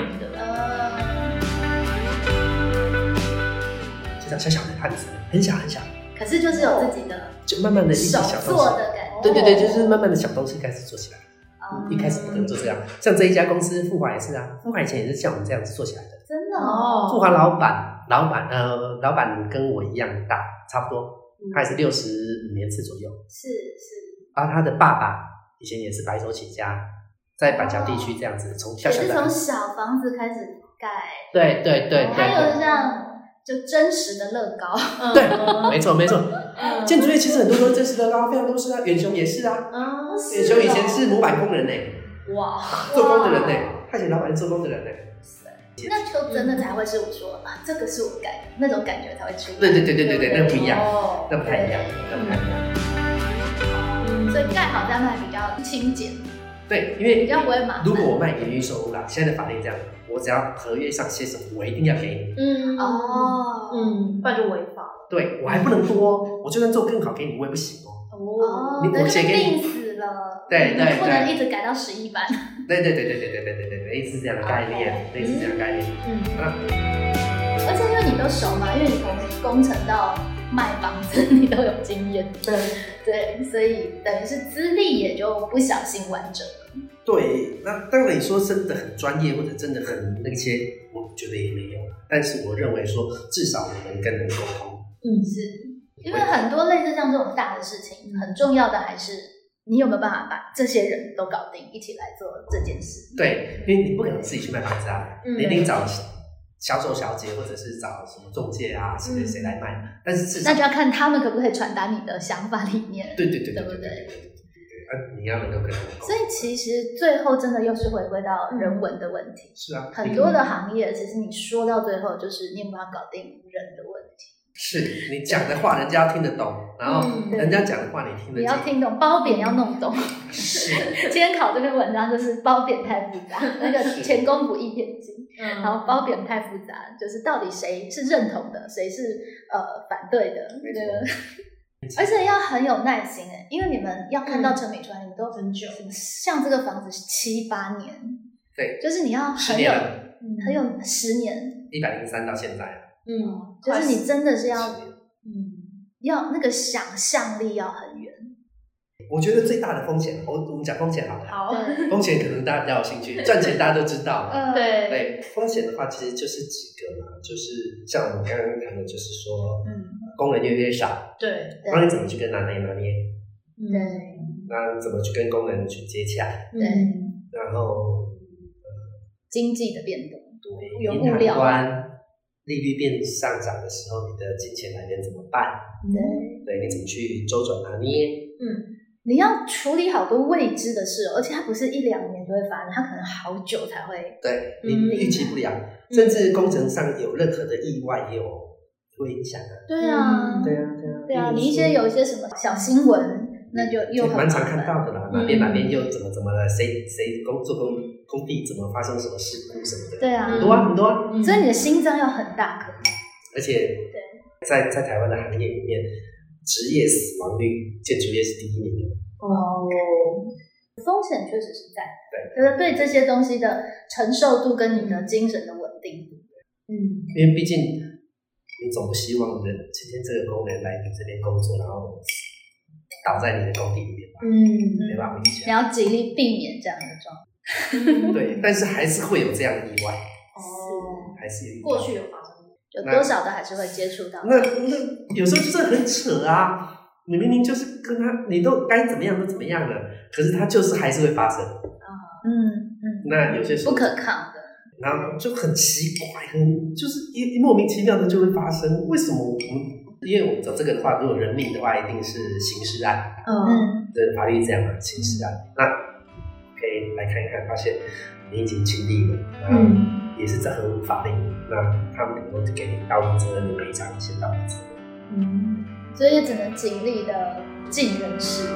[SPEAKER 2] 就像小小的案子，很小很小，
[SPEAKER 1] 可是就是有自己的，
[SPEAKER 2] 就慢慢的一小
[SPEAKER 1] 手做的感觉。
[SPEAKER 2] 对对对，就是慢慢的小东西开始做起来。嗯、一开始不可能做这样，像这一家公司富华也是啊，富华以前也是像我们这样子做起来的。
[SPEAKER 1] 真的哦。
[SPEAKER 2] 富华老板，老板呃，老板跟我一样大，差不多，他也是六十五年次左右。
[SPEAKER 1] 是是。
[SPEAKER 2] 而他的爸爸以前也是白手起家，在板桥地区这样子，从小小的，
[SPEAKER 1] 也是从小房子开始盖。
[SPEAKER 2] 对对对对。
[SPEAKER 1] 还有像。就真实的乐高，
[SPEAKER 2] 对，没错没错。建筑业其实很多都是真实的乐高，非常多是啊。远雄也是啊，远雄以前是模板工人呢、欸，
[SPEAKER 1] 哇，
[SPEAKER 2] 做工的人呢、欸，他以前老板是做工的人呢、欸。
[SPEAKER 1] 那就真的才会是我说啊，这个是我盖的那种感觉才会出来。
[SPEAKER 2] 对对对对对对，那不一样，那不太一样，那不太一样。
[SPEAKER 1] 嗯，所以盖好这样还比较轻简。
[SPEAKER 2] 对，因为
[SPEAKER 1] 比较不会麻烦。
[SPEAKER 2] 如果我卖言语收入啦，现在的法令这样，我只要合约上写什么，我一定要给你。
[SPEAKER 1] 嗯哦，
[SPEAKER 4] 嗯，不然就违法了。
[SPEAKER 2] 对，我还不能多，我就算做更好给你，我也不行哦。
[SPEAKER 1] 哦，你我写给你定死了。
[SPEAKER 2] 对对对，
[SPEAKER 1] 不能一直改到十一班。
[SPEAKER 2] 对对对对对对对对对，类似这样的概念，类似这样的概念。嗯啊，
[SPEAKER 1] 而且因为你都熟嘛，因为你从工程到卖房子，你都有经验。
[SPEAKER 4] 对
[SPEAKER 1] 对，所以等于是资历也就不小心完整了。
[SPEAKER 2] 对，那当然你说真的很专业或者真的很那些，我觉得也没有。但是我认为说，至少我们跟人沟通。
[SPEAKER 1] 嗯，是因为很多类似像这种大的事情，很重要的还是你有没有办法把这些人都搞定，一起来做这件事。
[SPEAKER 2] 对，因为你不可能自己去卖房子啊，
[SPEAKER 1] 嗯、
[SPEAKER 2] 你一定找销售小姐或者是找什么中介啊，谁谁谁来卖。嗯、但是至少
[SPEAKER 1] 那就要看他们可不可以传达你的想法理念。
[SPEAKER 2] 对对对
[SPEAKER 1] 对不对？
[SPEAKER 2] 对啊、你要能够跟他们沟通。
[SPEAKER 1] 所以其实最后真的又是回归到人文的问题。
[SPEAKER 2] 是啊，
[SPEAKER 1] 很多的行业其实你说到最后就是你有没有搞定人的问题。
[SPEAKER 2] 是你讲的话人家要听得懂，然后人家讲的话你听得懂，
[SPEAKER 1] 你要听懂，褒贬要弄懂。
[SPEAKER 2] 是，
[SPEAKER 1] 今天考这篇文章就是褒贬太复杂，那个前功不一点睛，然后褒贬太复杂，就是到底谁是认同的，谁是呃反对的，那个。而且要很有耐心哎，因为你们要看到成品出来，你们都
[SPEAKER 4] 很久。
[SPEAKER 1] 像这个房子是七八年，
[SPEAKER 2] 对，
[SPEAKER 1] 就是你要很有很有十年，
[SPEAKER 2] 一百零三到现在，
[SPEAKER 1] 嗯，就是你真的是要，嗯，要那个想象力要很远。
[SPEAKER 2] 我觉得最大的风险，我我们讲风险好了，
[SPEAKER 4] 好，
[SPEAKER 2] 风险可能大家比较有兴趣，赚钱大家都知道，
[SPEAKER 1] 嗯，
[SPEAKER 4] 对
[SPEAKER 2] 对，风险的话其实就是几个嘛，就是像我们刚刚谈的，就是说，嗯。工人越来越少，
[SPEAKER 4] 对，
[SPEAKER 2] 那你怎么去跟拿捏拿捏？
[SPEAKER 1] 对，
[SPEAKER 2] 那怎么去跟工人去接洽？
[SPEAKER 1] 对，
[SPEAKER 2] 然后
[SPEAKER 1] 呃，经济的变动，
[SPEAKER 2] 对，
[SPEAKER 1] 有物料，
[SPEAKER 2] 利率变上涨的时候，你的金钱来源怎么办？
[SPEAKER 1] 对，
[SPEAKER 2] 对，你怎么去周转拿捏？
[SPEAKER 1] 嗯，你要处理好多未知的事，而且它不是一两年就会发生，它可能好久才会。
[SPEAKER 2] 对，你预期不了，嗯、甚至工程上有任何的意外也有会影响啊。
[SPEAKER 1] 对啊，
[SPEAKER 2] 对啊，对啊，
[SPEAKER 1] 对啊，你一些有一些什么小新闻。那就又
[SPEAKER 2] 蛮常看到的啦，哪边哪边又怎么怎么了，谁谁工做工工地怎么发生什么事故什么的，
[SPEAKER 1] 对啊，
[SPEAKER 2] 很多啊很多啊，
[SPEAKER 1] 所以你的心脏要很大颗。
[SPEAKER 2] 而且在在台湾的行业里面，职业死亡率建筑业是第一名的。
[SPEAKER 1] 哦，风险确实是在，对，就是对这些东西的承受度跟你的精神的稳定度。
[SPEAKER 2] 嗯，因为毕竟你总不希望人今天这个工人来你这边工作，然后倒在你的工地里面吧，嗯，没办法理解。
[SPEAKER 1] 你要极力避免这样的状况。
[SPEAKER 2] 对，但是还是会有这样的意外。
[SPEAKER 1] 哦，
[SPEAKER 2] 还是有
[SPEAKER 4] 过去有发生过，
[SPEAKER 1] 有多少的还是会接触到。
[SPEAKER 2] 那那有时候就是很扯啊！你明明就是跟他，你都该怎么样都怎么样了，可是他就是还是会发生。啊，
[SPEAKER 1] 嗯嗯。
[SPEAKER 2] 那有些时候
[SPEAKER 1] 不可抗的，
[SPEAKER 2] 然后就很奇怪，很就是一莫名其妙的就会发生。为什么我们？因为我们走这个的话，如果人命的话，一定是刑事案。嗯，对，法律这样嘛，刑事案。那可以来看一看，发现你已经经历了，嗯，也是合乎法令，那他们顶多就给你道义责任的赔偿一些道义责任。
[SPEAKER 1] 嗯，所以也只能尽力的尽人事。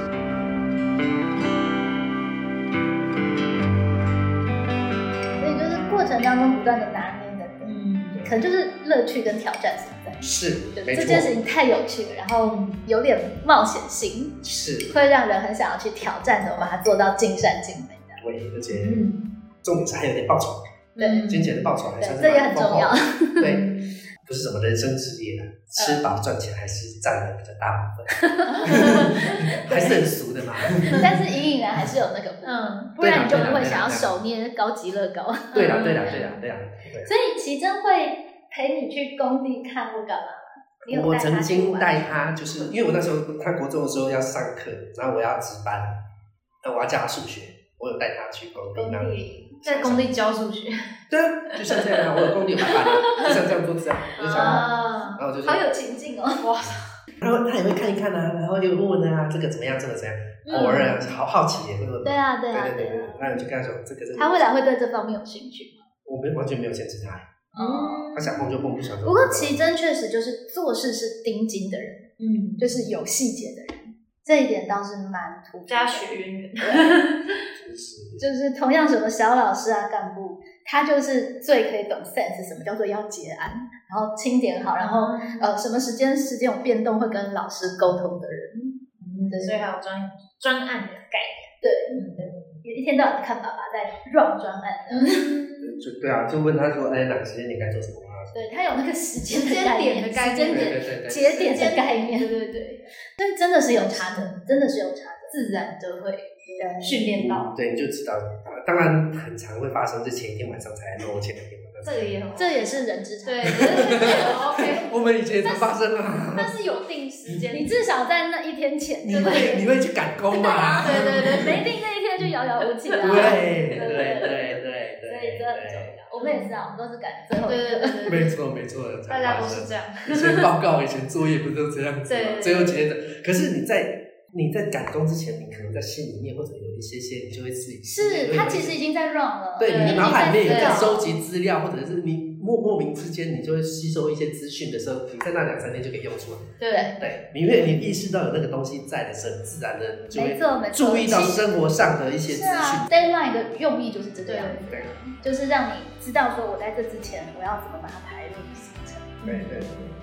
[SPEAKER 1] 所以就是过程当中不断的拿捏的，嗯，可能就是乐趣跟挑战所在。
[SPEAKER 2] 是，
[SPEAKER 1] 没错，这件事情太有趣了，然后有点冒险性，
[SPEAKER 2] 是
[SPEAKER 1] 会让人很想要去挑战，怎么把它做到尽善尽美的。
[SPEAKER 2] 对，而且重点是还有点报酬，
[SPEAKER 1] 对，
[SPEAKER 2] 金钱的报酬还算是
[SPEAKER 1] 这也很重要。
[SPEAKER 2] 对，不是什么人生职业的，吃饱赚钱还是占了比较大部分，还是很俗的嘛。
[SPEAKER 1] 但是隐隐然还是有那个部分，嗯，不然你就不会想要手捏高级乐高。
[SPEAKER 2] 对啦，对啦，对啦，对啦。
[SPEAKER 1] 所以奇珍会陪你去工地看或干嘛吗？
[SPEAKER 2] 我曾经带他，就是因为我那时候他国中的时候要上课，然后我要值班，那我要教他数学，我有带他去工地那里，
[SPEAKER 4] 在工地教数学。
[SPEAKER 2] 对啊，就像这样啊，我有工地有白板啊，就像这样桌子啊，就这样
[SPEAKER 1] 啊，然后就好有情境哦，哇！
[SPEAKER 2] 然后他也会看一看啊，然后又问问啊，这个怎么样，这个怎么样，偶尔啊，好好奇也会问。
[SPEAKER 1] 对啊，对啊，
[SPEAKER 2] 对对对，那你就跟他说这个这个。
[SPEAKER 1] 他未来会对这方面有兴趣吗？
[SPEAKER 2] 我没完全没有限制他。哦，他想碰就碰，不想碰。
[SPEAKER 1] 不过奇珍确实就是做事是盯紧的人，嗯，就是有细节的人，这一点倒是蛮突出。
[SPEAKER 4] 家学渊源，
[SPEAKER 1] 就是同样什么小老师啊、干部，他就是最可以懂 sense 什么叫做要结案，然后清点好，然后呃什么时间时间有变动会跟老师沟通的人，
[SPEAKER 4] 嗯，对，所以还有专专案的概念，
[SPEAKER 1] 对，嗯对，一天到晚看爸爸在 run 专案的。
[SPEAKER 2] 就对啊，就问他说，哎，哪个时间点该做什么啊？
[SPEAKER 1] 对，他有那个时间
[SPEAKER 4] 点的概念，
[SPEAKER 1] 时间点、节点的概念，对对对。但真的是有差的，真的是有差的，自然就会训练到。
[SPEAKER 2] 对，你就知道，当然很常会发生，是前一天晚上才弄，前两天晚
[SPEAKER 4] 上。这个也很，
[SPEAKER 1] 这也是人之常。
[SPEAKER 4] 对，OK。
[SPEAKER 2] 我们以前也常发生啊。
[SPEAKER 4] 但是有定时间，
[SPEAKER 1] 你至少在那一天前，
[SPEAKER 2] 你会你会去赶工嘛？
[SPEAKER 1] 对对对，没定那一天就遥遥无期了。
[SPEAKER 2] 对对对对对。
[SPEAKER 1] 所以这很重要。我们也是啊，我们都是赶最后一
[SPEAKER 4] 个。
[SPEAKER 2] 没错没错，
[SPEAKER 4] 大家都是这样。
[SPEAKER 2] 以前报告、以前作业不都这样子吗？最后结的。可是你在你在赶工之前，你可能在心里面或者有一些些，你就会自己
[SPEAKER 1] 是，他其实已经在 run 了。
[SPEAKER 2] 对，你的脑海里面有在收集资料，或者是你莫莫名之间，你就会吸收一些资讯的时候，你在那两三天就可以用出来。
[SPEAKER 1] 对
[SPEAKER 2] 对，因为你意识到有那个东西在的时候，自然的就会
[SPEAKER 1] 注
[SPEAKER 2] 意到生活上的一些资讯。
[SPEAKER 1] 是啊 ，deadline 的用意就是这个样子，
[SPEAKER 2] 对，
[SPEAKER 1] 就是让你知道说我在这之前我要怎么把它排入行程。
[SPEAKER 2] 对对对。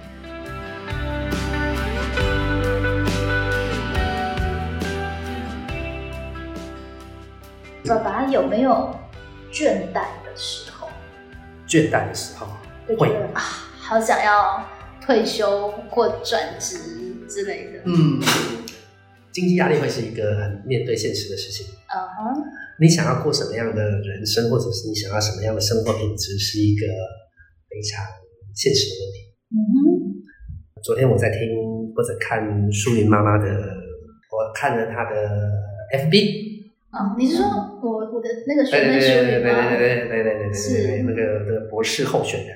[SPEAKER 1] 爸爸有没有倦怠的时候？
[SPEAKER 2] 倦怠的时候
[SPEAKER 1] 会啊，好想要退休或转职之类的。
[SPEAKER 2] 嗯，经济压力会是一个很面对现实的事情。
[SPEAKER 1] 嗯哼，
[SPEAKER 2] 你想要过什么样的人生，或者是你想要什么样的生活品质，是一个非常现实的问题。
[SPEAKER 1] 嗯哼，
[SPEAKER 2] 昨天我在听或者看淑云妈妈的，我看了她的 F B。
[SPEAKER 1] 哦，你是说我我的那个学妹淑云吗？
[SPEAKER 2] 对对对对对对对对对，是那个那个博士候选人。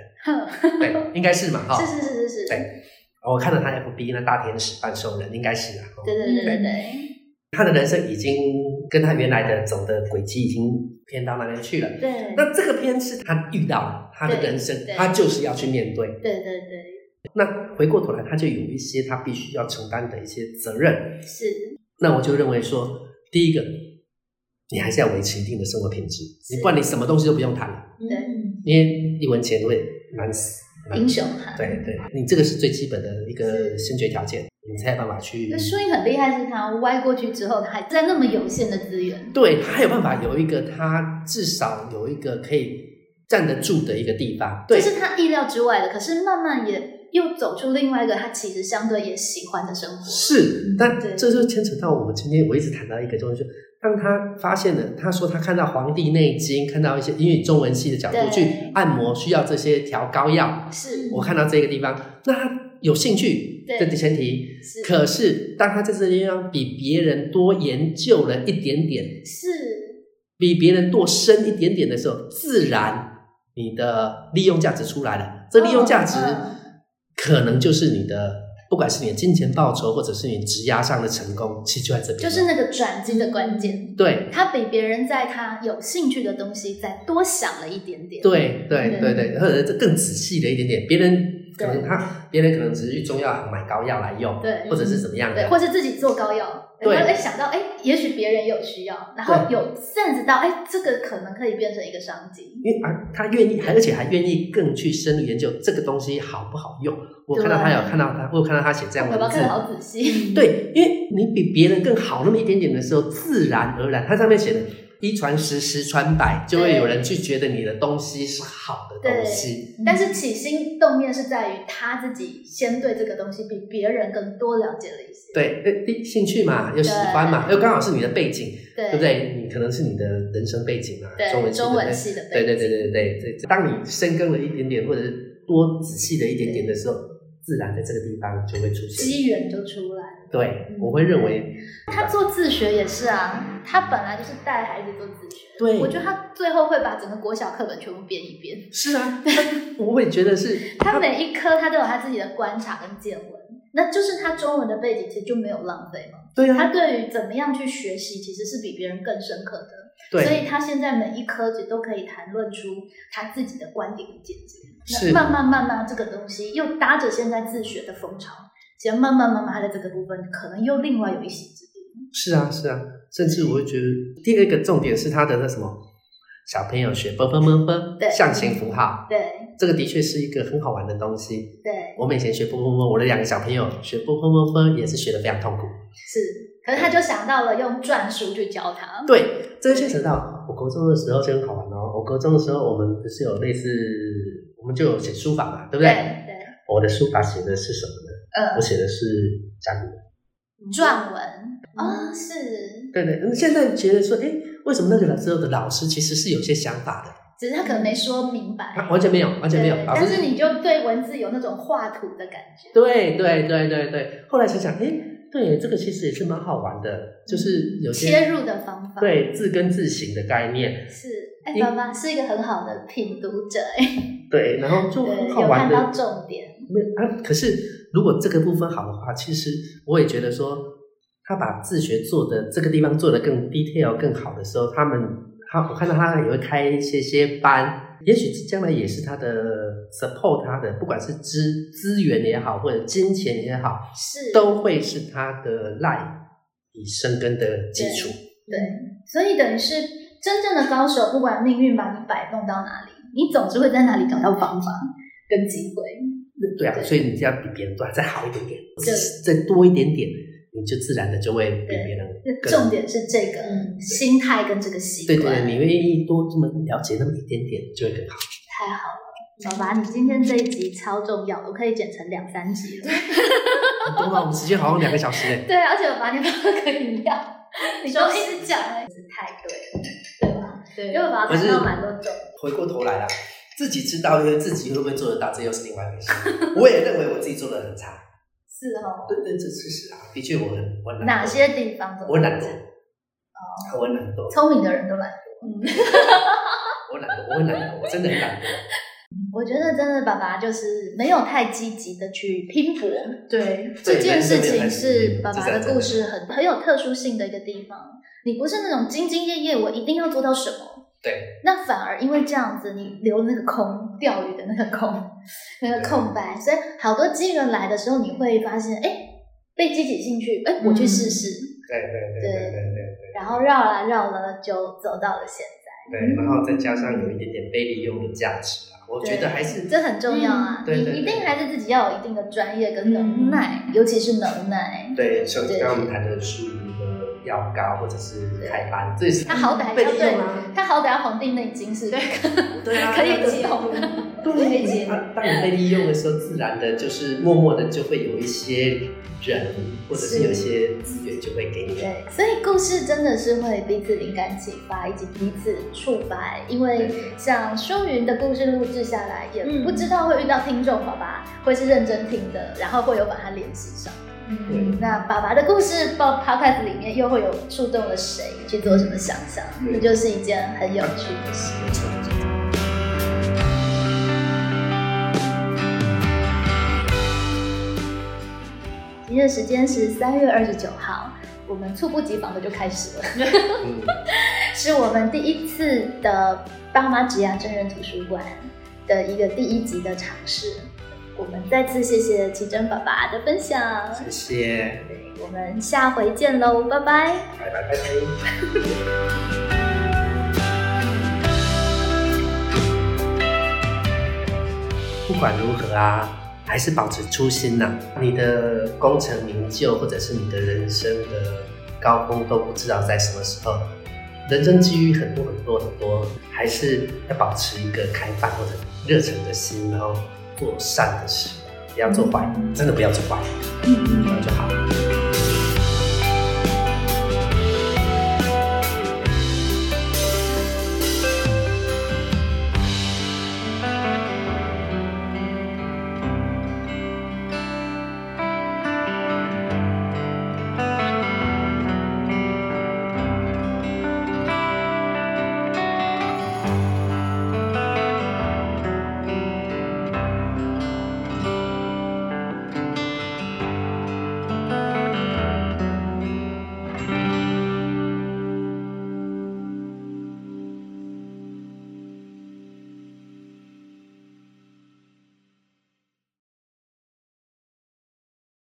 [SPEAKER 2] 对，应该是嘛，哈，
[SPEAKER 1] 是是是是是，
[SPEAKER 2] 对，我看到他 F B 那大天使半兽人，应该是啊，
[SPEAKER 1] 对对对对对，
[SPEAKER 2] 他的人生已经跟他原来的走的轨迹已经偏到那边去了，
[SPEAKER 1] 对，
[SPEAKER 2] 那这个篇是他遇到了他的人生，他就是要去面对，
[SPEAKER 1] 对对对。
[SPEAKER 2] 那回过头来，他就有一些他必须要承担的一些责任。
[SPEAKER 1] 是，
[SPEAKER 2] 那我就认为说，第一个，你还是要维持一定的生活品质，你不然你什么东西都不用谈了。
[SPEAKER 1] 对，
[SPEAKER 2] 因为一文钱会难死，
[SPEAKER 1] 英雄汉。
[SPEAKER 2] 对对，你这个是最基本的一个先决条件，你才有办法去。
[SPEAKER 1] 那舒英很厉害，是他歪过去之后，他还在那么有限的资源，
[SPEAKER 2] 对，他还有办法有一个，他至少有一个可以站得住的一个地方，
[SPEAKER 1] 这是他意料之外的。可是慢慢也又走出另外一个他其实相对也喜欢的生活。
[SPEAKER 2] 是，但这就牵扯到我们今天我一直谈到一个东西，当他发现了，他说他看到《黄帝内经》，看到一些英语中文系的角度去按摩需要这些调膏药，
[SPEAKER 1] 是
[SPEAKER 2] 我看到这个地方，那他有兴趣，这是前提。是，可是当他在这个地方比别人多研究了一点点，
[SPEAKER 1] 是
[SPEAKER 2] 比别人多深一点点的时候，自然你的利用价值出来了。这利用价值可能就是你的，不管是你的金钱报酬，或者是你职涯上的成功，其实就在这边，
[SPEAKER 1] 就是那个转机的关键。
[SPEAKER 2] 对，
[SPEAKER 1] 他比别人在他有兴趣的东西再多想了一点点。
[SPEAKER 2] 对对对对，或者更仔细了一点点。别人可能他，别人可能只是去中药行买膏药来用，对，或者是怎么样的，
[SPEAKER 1] 对，或是自己做膏药。对，哎，想到哎，也许别人也有需要，然后有 sense 到哎，这个可能可以变成一个商机，
[SPEAKER 2] 因为而他愿意，而且还愿意更去深入研究这个东西好不好用。我看到他有看到他，我有看到他写这样文字，
[SPEAKER 1] 看得好仔细。
[SPEAKER 2] 对，因为你比别人更好那么一点点的时候，自然而然，他上面写的一传十，十传百，就会有人去觉得你的东西是好的东西。
[SPEAKER 1] 但是起心动念是在于他自己先对这个东西比别人更多了解了一些。
[SPEAKER 2] 对，兴趣嘛，又喜欢嘛，又刚好是你的背景，
[SPEAKER 1] 对，
[SPEAKER 2] 对不对？你可能是你的人生背景嘛，中文系的，
[SPEAKER 1] 中文系的背景。
[SPEAKER 2] 对对对对对对。当你深耕了一点点，或者是多仔细了一点点的时候，自然在这个地方就会出现
[SPEAKER 1] 机缘就出来了。
[SPEAKER 2] 对，嗯、我会认为
[SPEAKER 1] 他做自学也是啊，他本来就是带孩子做自学。
[SPEAKER 2] 对，
[SPEAKER 1] 我觉得他最后会把整个国小课本全部编一遍。
[SPEAKER 2] 是啊，我会觉得是
[SPEAKER 1] 他每一科他都有他自己的观察跟见闻。那就是他中文的背景其实就没有浪费嘛。
[SPEAKER 2] 对啊，
[SPEAKER 1] 他对于怎么样去学习其实是比别人更深刻的。
[SPEAKER 2] 对，
[SPEAKER 1] 所以他现在每一科其实都可以谈论出他自己的观点与见解。那慢慢慢慢这个东西又搭着现在自学的风潮，其实慢慢慢慢他在这个部分可能又另外有一席之地。
[SPEAKER 2] 是啊是啊，甚至我会觉得第二个重点是他的那什么小朋友学 b b m b 象形符号，
[SPEAKER 1] 对，
[SPEAKER 2] 这个的确是一个很好玩的东西。
[SPEAKER 1] 对，
[SPEAKER 2] 我们以前学 b b m b 我的两个小朋友学 b b m b 也是学得非常痛苦。
[SPEAKER 1] 是，可是他就想到了用篆书去教他。
[SPEAKER 2] 对，这就牵扯到我国中的时候就很好玩哦。我国中的时候，我们不是有类似，我们就有写书法嘛，对不对？
[SPEAKER 1] 对对。
[SPEAKER 2] 我的书法写的是什么呢？
[SPEAKER 1] 呃，
[SPEAKER 2] 我写的是甲骨文。
[SPEAKER 1] 篆文啊、哦，是。
[SPEAKER 2] 对对，现在觉得说，哎，为什么那个时候的老师其实是有些想法的？
[SPEAKER 1] 只是他可能没说明白，
[SPEAKER 2] 他完全没有，完全没有。
[SPEAKER 1] 但是你就对文字有那种画图的感觉。
[SPEAKER 2] 对对对对对。后来想想，哎，对，这个其实也是蛮好玩的，就是有些
[SPEAKER 1] 切入的方法。
[SPEAKER 2] 对，字根字形的概念。
[SPEAKER 1] 是，哎，爸爸是一个很好的品读者，哎。
[SPEAKER 2] 对，然后就很好玩的。
[SPEAKER 1] 有看到重点。
[SPEAKER 2] 啊，可是如果这个部分好的话，其实我也觉得说，他把自学做的这个地方做得更 detail 更好的时候，他们他我看到他也会开一些些班，也许将来也是他的 support 他的，不管是资资源也好，或者金钱也好，
[SPEAKER 1] 是
[SPEAKER 2] 都会是他的赖以生根的基础。
[SPEAKER 1] 对，对，所以等于是真正的高手，不管命运把你摆弄到哪里，你总是会在哪里找到方法跟机会。
[SPEAKER 2] 对啊，对，所以你就要比别人多再好一点点，再多一点点，你就自然的就会比别人更。
[SPEAKER 1] 重点是这个、嗯、心态跟这个习惯。
[SPEAKER 2] 对对，你愿意多这么了解那么一点点，就会更好。
[SPEAKER 1] 太好了，爸爸，你今天这一集超重要，我可以剪成两三集了。
[SPEAKER 2] 很多吗？我们时间好像两个小时哎。
[SPEAKER 1] 对，而且爸爸你爸爸跟你一样，你都一直讲，是太对了，对吧？对，因为爸爸谈到蛮多种。
[SPEAKER 2] 回过头来啦。自己知道，因为自己会不会做得到，这又是另外一回事。我也认为我自己做得很差。
[SPEAKER 1] 是哦。
[SPEAKER 2] 对对，这是事实啊，的确我很我很懒惰。
[SPEAKER 1] 哪些地方做得？
[SPEAKER 2] 我懒惰。哦，我懒惰。
[SPEAKER 1] 聪明的人都懒惰。嗯。
[SPEAKER 2] 我懒惰，我很懒惰，我真的很懒惰。
[SPEAKER 1] 我觉得真的爸爸就是没有太积极的去拼搏，
[SPEAKER 4] 对，
[SPEAKER 1] 这件事情是爸爸的故事很很有特殊性的一个地方。你不是那种兢兢业业，我一定要做到什么，
[SPEAKER 2] 对，
[SPEAKER 1] 那反而因为这样子，你留了那个空，钓鱼的那个空，那个空白，所以好多机缘来的时候，你会发现，哎，被激起兴趣，哎，我去试试，
[SPEAKER 2] 对对对对对对，
[SPEAKER 1] 然后绕了绕了，就走到了现在，
[SPEAKER 2] 对，然后再加上有一点点被利用的价值啊，我觉得还是
[SPEAKER 1] 这很重要啊，你一定还是自己要有一定的专业跟能耐，尤其是能耐，
[SPEAKER 2] 对，像刚刚我们谈的术语要高或者是开班，这也是
[SPEAKER 1] 他好歹要对，他好歹要《黄帝内经》是
[SPEAKER 2] 对啊，
[SPEAKER 1] 可以读懂的，
[SPEAKER 2] 对解。当你被利用的时候，自然的就是默默的就会有一些人或者是有一些资源就会给你。
[SPEAKER 1] 对，所以故事真的是会彼此灵感启发，以及彼此触发。因为像舒云的故事录制下来，也不知道会遇到听众爸爸会是认真听的，然后会有把它联系上。嗯，那爸爸的故事 podcast 里面又会有触动了谁去做什么想象，这就是一件很有趣的事。今天的时间是三月二十九号，我们猝不及防的就开始了，嗯、是我们第一次的爸妈职涯真人图书馆的一个第一集的尝试。我们再次谢谢奇珍爸爸的分享，
[SPEAKER 2] 谢谢，
[SPEAKER 1] 我们下回见喽，拜拜，
[SPEAKER 2] 拜拜拜拜。不管如何啊，还是保持初心呐、啊。你的功成名就，或者是你的人生的高峰都不知道在什么时候。人生机遇很多很多很多，还是要保持一个开放或者热忱的心，然后做善的事，不要做坏，真的不要做坏。嗯嗯。